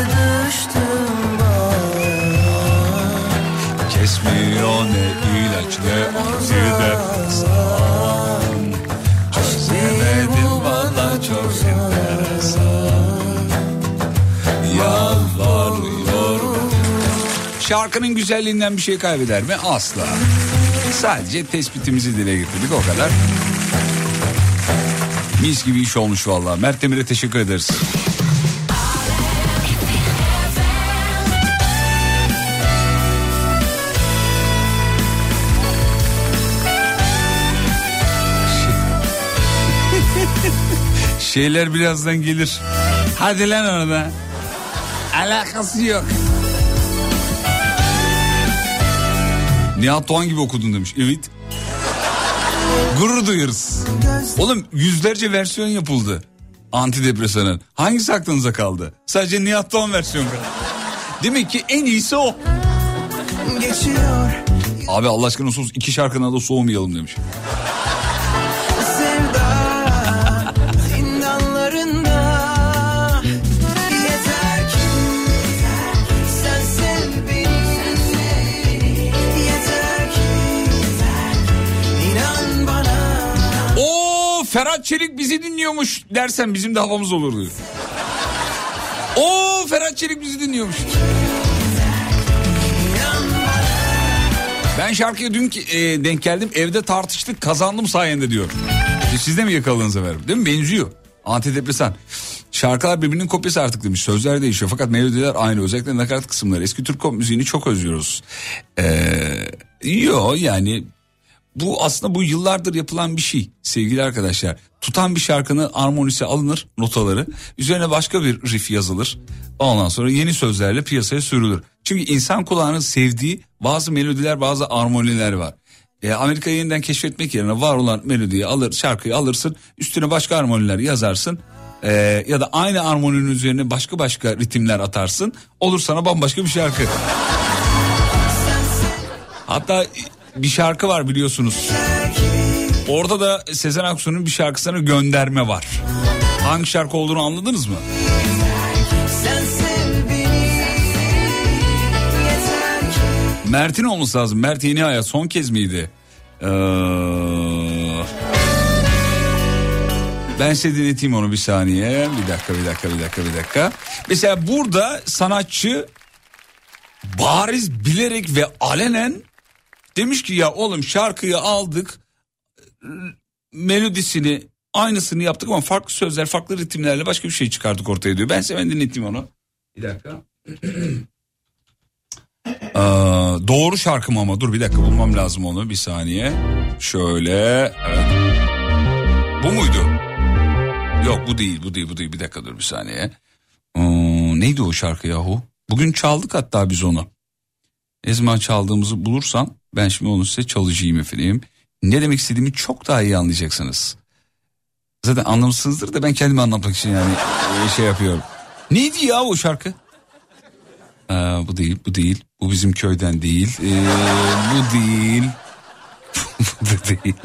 Kesmiyor ne ilaç ne antidepresan. Çözemedim valla çok enteresan. Yalvarıyorum. Şarkının güzelliğinden bir şey kaybeder mi? Asla. Sadece tespitimizi dile getirdik, o kadar. Mis gibi iş olmuş vallahi. Mert Demir'e teşekkür ederiz. Şeyler birazdan gelir. Hadi lan orada. Alakası yok. Nihat Doğan gibi okudun demiş. Evet. Gurur duyarız. Oğlum yüzlerce versiyon yapıldı antidepresanın. Hangisi aklınıza kaldı? Sadece Nihat Doğan versiyonu kaldı. Demek ki en iyisi o. Geçiyor. Abi Allah aşkına sus, iki şarkına da soğumayalım demiş. Ferhat Çelik bizi dinliyormuş dersen bizim de havamız olurdu. Oo, Ferhat Çelik bizi dinliyormuş. Ben şarkıya dün e, denk geldim, evde tartıştık, kazandım sayende diyor. E, siz de mi yakaladınız efendim? Değil mi? Benziyor. Antidepresan. Şarkılar birbirinin kopyası artık demiş. Sözler değişiyor fakat melodiler aynı. Özellikle nakarat kısımları. Eski Türk pop müziğini çok özlüyoruz. Ee, yo yani... Bu aslında bu yıllardır yapılan bir şey sevgili arkadaşlar. Tutan bir şarkının armonisi alınır, notaları. Üzerine başka bir riff yazılır. Ondan sonra yeni sözlerle piyasaya sürülür. Çünkü insan kulağının sevdiği bazı melodiler, bazı armoniler var. E, Amerika'yı yeniden keşfetmek yerine var olan melodiyi alır, şarkıyı alırsın. Üstüne başka armoniler yazarsın. E, ya da aynı armoninin üzerine başka başka ritimler atarsın. Olur sana bambaşka bir şarkı. Hatta... Bir şarkı var biliyorsunuz. Orada da Sezen Aksu'nun bir şarkısına gönderme var. Hangi şarkı olduğunu anladınız mı? Mert'in olması lazım. Mert Yeni Hayat son kez miydi? Ee... Ben size dinleteyim onu bir saniye. Bir dakika, bir dakika, bir dakika, bir dakika. Mesela burada sanatçı bariz bilerek ve alenen demiş ki ya oğlum şarkıyı aldık, melodisini aynısını yaptık ama farklı sözler, farklı ritimlerle başka bir şey çıkardık ortaya diyor. Ben size ben dinleteyim onu. Bir dakika. Ee, doğru şarkı mı ama dur bir dakika bulmam lazım onu bir saniye. Şöyle. Evet. Bu muydu? Yok bu değil, bu değil, bu değil. Bir dakika dur bir saniye. Ee, neydi o şarkı yahu? Bugün çaldık hatta biz onu. Ne zaman çaldığımızı bulursam ben şimdi onu size çalacağım efendim. Ne demek istediğimi çok daha iyi anlayacaksınız. Zaten anlamışsınızdır da ben kendimi anlatmak için yani şey yapıyorum. Neydi ya o şarkı? Ee, bu değil, bu değil. Bu bizim köyden değil. Ee, bu değil. Bu da değil.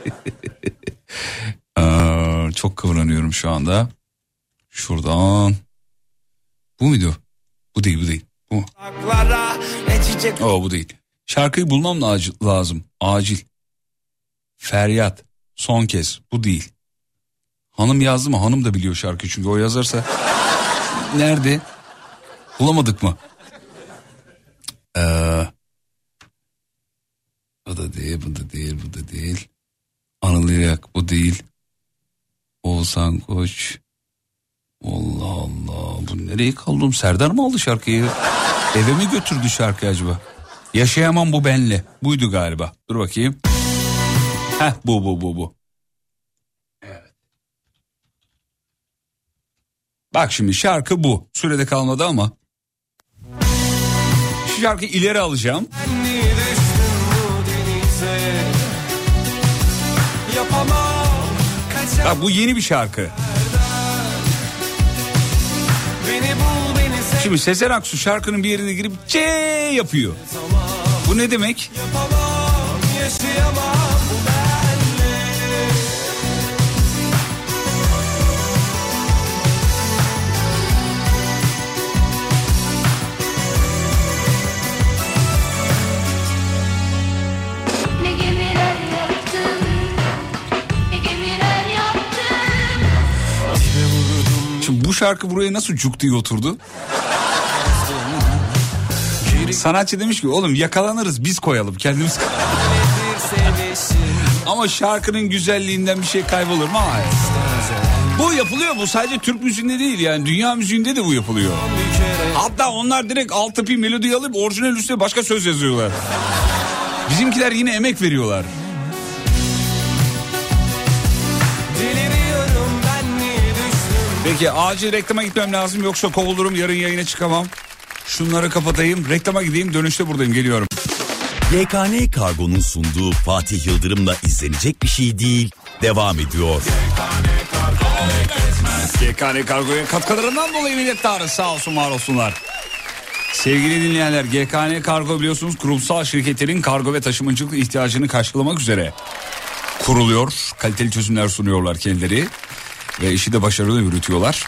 Ee, çok kıvranıyorum şu anda. Şuradan. Bu muydu? Bu değil, bu değil. Bu. Oo, bu değil. Şarkıyı bulmam lazım. Acil. Feryat. Son kez. Bu değil. Hanım yazdı mı? Hanım da biliyor şarkıyı çünkü o yazarsa. Nerede? Bulamadık mı? Ee, bu da değil, bu da değil, bu da değil. Anıl İlyak, bu değil. Oğuzhan Koç. Allah Allah. Bu nereye kaldım? Serdar mı aldı şarkıyı? Eve mi götürdü şarkıyı acaba? Yaşayamam bu benle. Buydu galiba. Dur bakayım. Heh, bu bu bu bu. Evet. Bak şimdi şarkı bu. Sürede kalmadı ama. Şu şarkıyı ileri alacağım. Yapamam Bak bu yeni bir şarkı. Şimdi Sezen Aksu şarkının bir yerine girip C yapıyor. Bu ne demek? Şimdi bu şarkı buraya nasıl cuk diye oturdu? Sanatçı demiş ki oğlum yakalanırız biz koyalım kendimiz. Ama şarkının güzelliğinden bir şey kaybolur mu? Hayır. Bu yapılıyor, bu sadece Türk müziğinde değil yani dünya müziğinde de bu yapılıyor. Hatta onlar direkt altı pi melodiyi alıp orijinal üstüne başka söz yazıyorlar. Bizimkiler yine emek veriyorlar. Peki acil reklama gitmem lazım yoksa kovulurum, yarın yayına çıkamam. Şunları kapatayım, reklama gideyim, dönüşte buradayım, geliyorum. Y K N Kargo'nun sunduğu Fatih Yıldırım'la izlenecek bir şey değil devam ediyor. Y K N Kargo'ya katkılarından dolayı minnettarız, sağ olsun var olsunlar. Sevgili dinleyenler, G K N Kargo biliyorsunuz kurumsal şirketlerin kargo ve taşımacılık ihtiyacını karşılamak üzere kuruluyor. Kaliteli çözümler sunuyorlar kendileri ve işi de başarılı yürütüyorlar.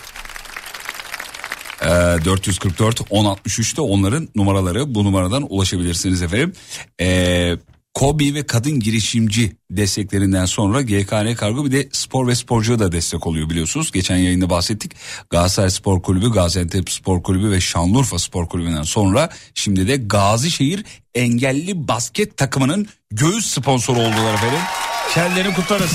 dört yüz kırk dört on altmış üçte onların numaraları, bu numaradan ulaşabilirsiniz efendim. Ee, KOBİ ve kadın girişimci desteklerinden sonra G K N Kargo bir de spor ve sporcuya da destek oluyor biliyorsunuz. Geçen yayında bahsettik. Galatasaray Spor Kulübü, Gaziantep Spor Kulübü ve Şanlıurfa Spor Kulübü'nden sonra şimdi de Gazişehir Engelli Basket takımının göğüs sponsoru oldular efendim. Kendilerini kutlarız.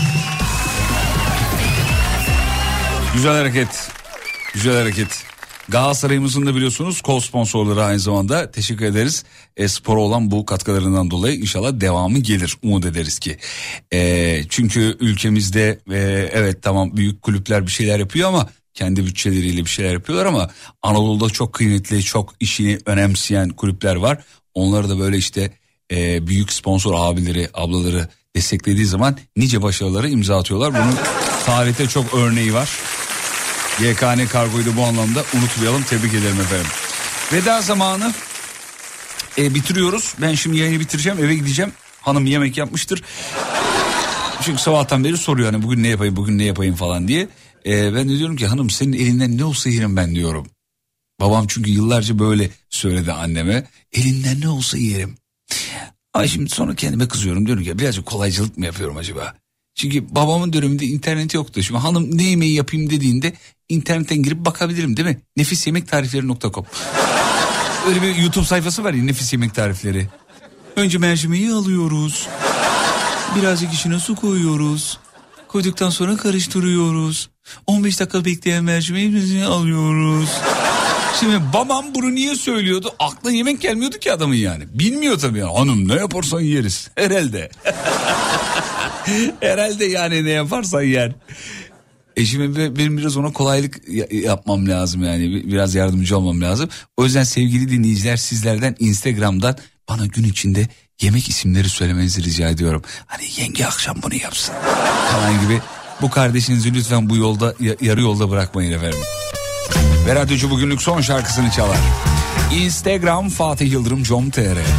Güzel hareket. Güzel hareket. Galatasaray'ımızın da biliyorsunuz kol sponsorları aynı zamanda, teşekkür ederiz. E, spora olan bu katkılarından dolayı inşallah devamı gelir, umut ederiz ki. E, çünkü ülkemizde e, evet tamam büyük kulüpler bir şeyler yapıyor ama kendi bütçeleriyle bir şeyler yapıyorlar ama Anadolu'da çok kıymetli, çok işini önemseyen kulüpler var. Onları da böyle işte e, büyük sponsor abileri, ablaları desteklediği zaman nice başarıları imza atıyorlar. Bunun tarihte çok örneği var. Y K N Kargo'yu da bu anlamda unutmayalım, tebrik ederim efendim. Veda zamanı e, bitiriyoruz. Ben şimdi yayını bitireceğim, eve gideceğim. Hanım yemek yapmıştır. Çünkü sabahtan beri soruyor hani bugün ne yapayım, bugün ne yapayım falan diye. E, ben de diyorum ki hanım senin elinden ne olsa yerim ben diyorum. Babam çünkü yıllarca böyle söyledi anneme. Elinden ne olsa yerim. Ama şimdi sonra kendime kızıyorum, diyorum ki birazcık kolaycılık mı yapıyorum acaba? Çünkü babamın döneminde internet yoktu. Şimdi hanım ne yemeği yapayım dediğinde internetten girip bakabilirim değil mi? nefis yemek tarifleri nokta com. Öyle bir YouTube sayfası var ya, Nefis Yemek Tarifleri. Önce mercimeği alıyoruz. Birazcık içine su koyuyoruz. Koyduktan sonra karıştırıyoruz. on beş dakika bekleyen mercimeği alıyoruz. Şimdi babam bunu niye söylüyordu? Aklına yemek gelmiyordu ki adamın yani. Bilmiyor tabii yani. Hanım ne yaparsan yeriz. Herhalde. Herhalde yani ne yaparsan yer. E şimdi benim biraz ona kolaylık yapmam lazım yani. Biraz yardımcı olmam lazım. O yüzden sevgili dinleyiciler, sizlerden Instagram'dan bana gün içinde yemek isimleri söylemenizi rica ediyorum. Hani yenge akşam bunu yapsın falan gibi. Bu kardeşinizi lütfen bu yolda, yarı yolda bırakmayın efendim. Ve radyocu bugünlük son şarkısını çalar. Instagram Fatih Yıldırım com nokta tr.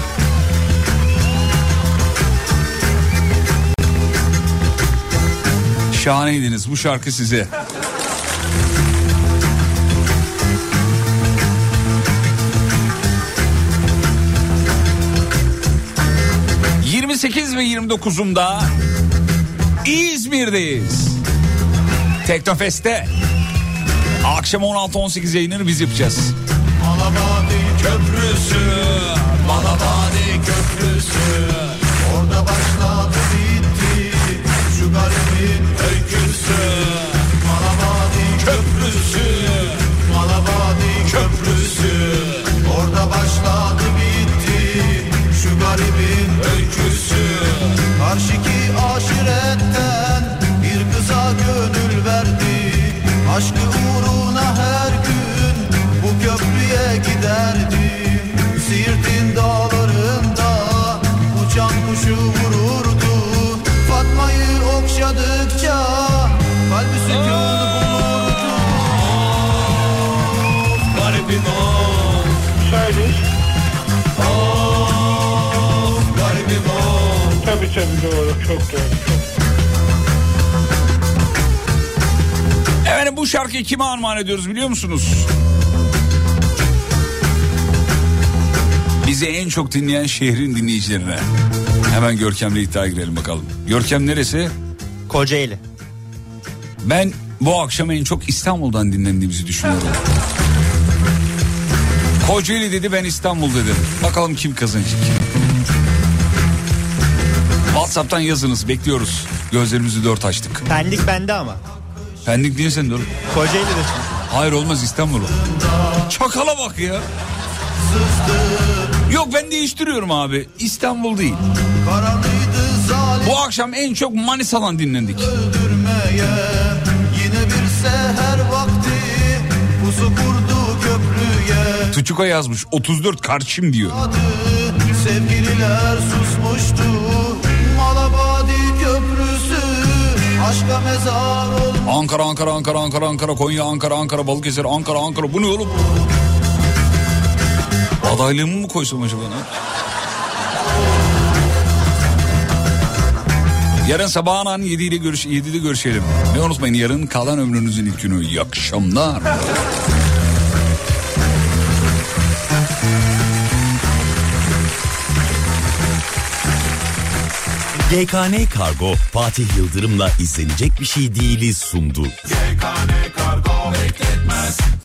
Şahaneydiniz, bu şarkı size. yirmi sekiz ve yirmi dokuzunda İzmir'deyiz. Teknofest'te akşam on altı on sekiz yayınını biz yapacağız. Malabadi Köprüsü, Malabadi Köprüsü, orada başladı bitti şu garibin öyküsü. Malabadi Köprüsü, Malabadi Köprüsü, orada başladı bitti şu garibin öyküsü. Karşıki aşiretten bir kıza gönül verdi, aşkı uğruna her gün bu köprüye giderdim. Siirt'in dağlarında uçan kuşu vururdu, Fatma'yı okşadıkça tabii doğru, çok doğru. Efendim bu şarkıyı kime armağan ediyoruz biliyor musunuz? Bizi en çok dinleyen şehrin dinleyicilerine. Hemen Görkem'le iddiaya girelim bakalım. Görkem neresi? Kocaeli. Ben bu akşam en çok İstanbul'dan dinlendiğimizi düşünüyorum. Kocaeli dedi, ben İstanbul dedim. Bakalım kim kazanacak? WhatsApp'tan yazınız, bekliyoruz. Gözlerimizi dört açtık. Pendik bende ama. Pendik değil sen dur. Kocaeli de. Hayır olmaz, İstanbul'u. Çakala bak ya. Yok ben değiştiriyorum abi. İstanbul değil. Bu akşam en çok Manisa'dan dinlendik. Yine bir seher vakti pusu kurdu köprüye. Tuçuka yazmış otuz dört karşım diyor. Sevgililer susmuştu. Malabadi köprüsü aşka mezar olmuş. Ankara Ankara Ankara Ankara Ankara Konya Ankara Ankara Balıkesir Ankara Ankara, bu ne oğlum? Adaylığımı mı koysam acaba? Yarın sabahın yedide görüş yedide görüşelim. Ne unutmayın, yarın kalan ömrünüzün ilk günü. İyi akşamlar. G K N Kargo Fatih Yıldırım'la izlenecek bir şey değiliz sundu. G K N Kargo bekletmez.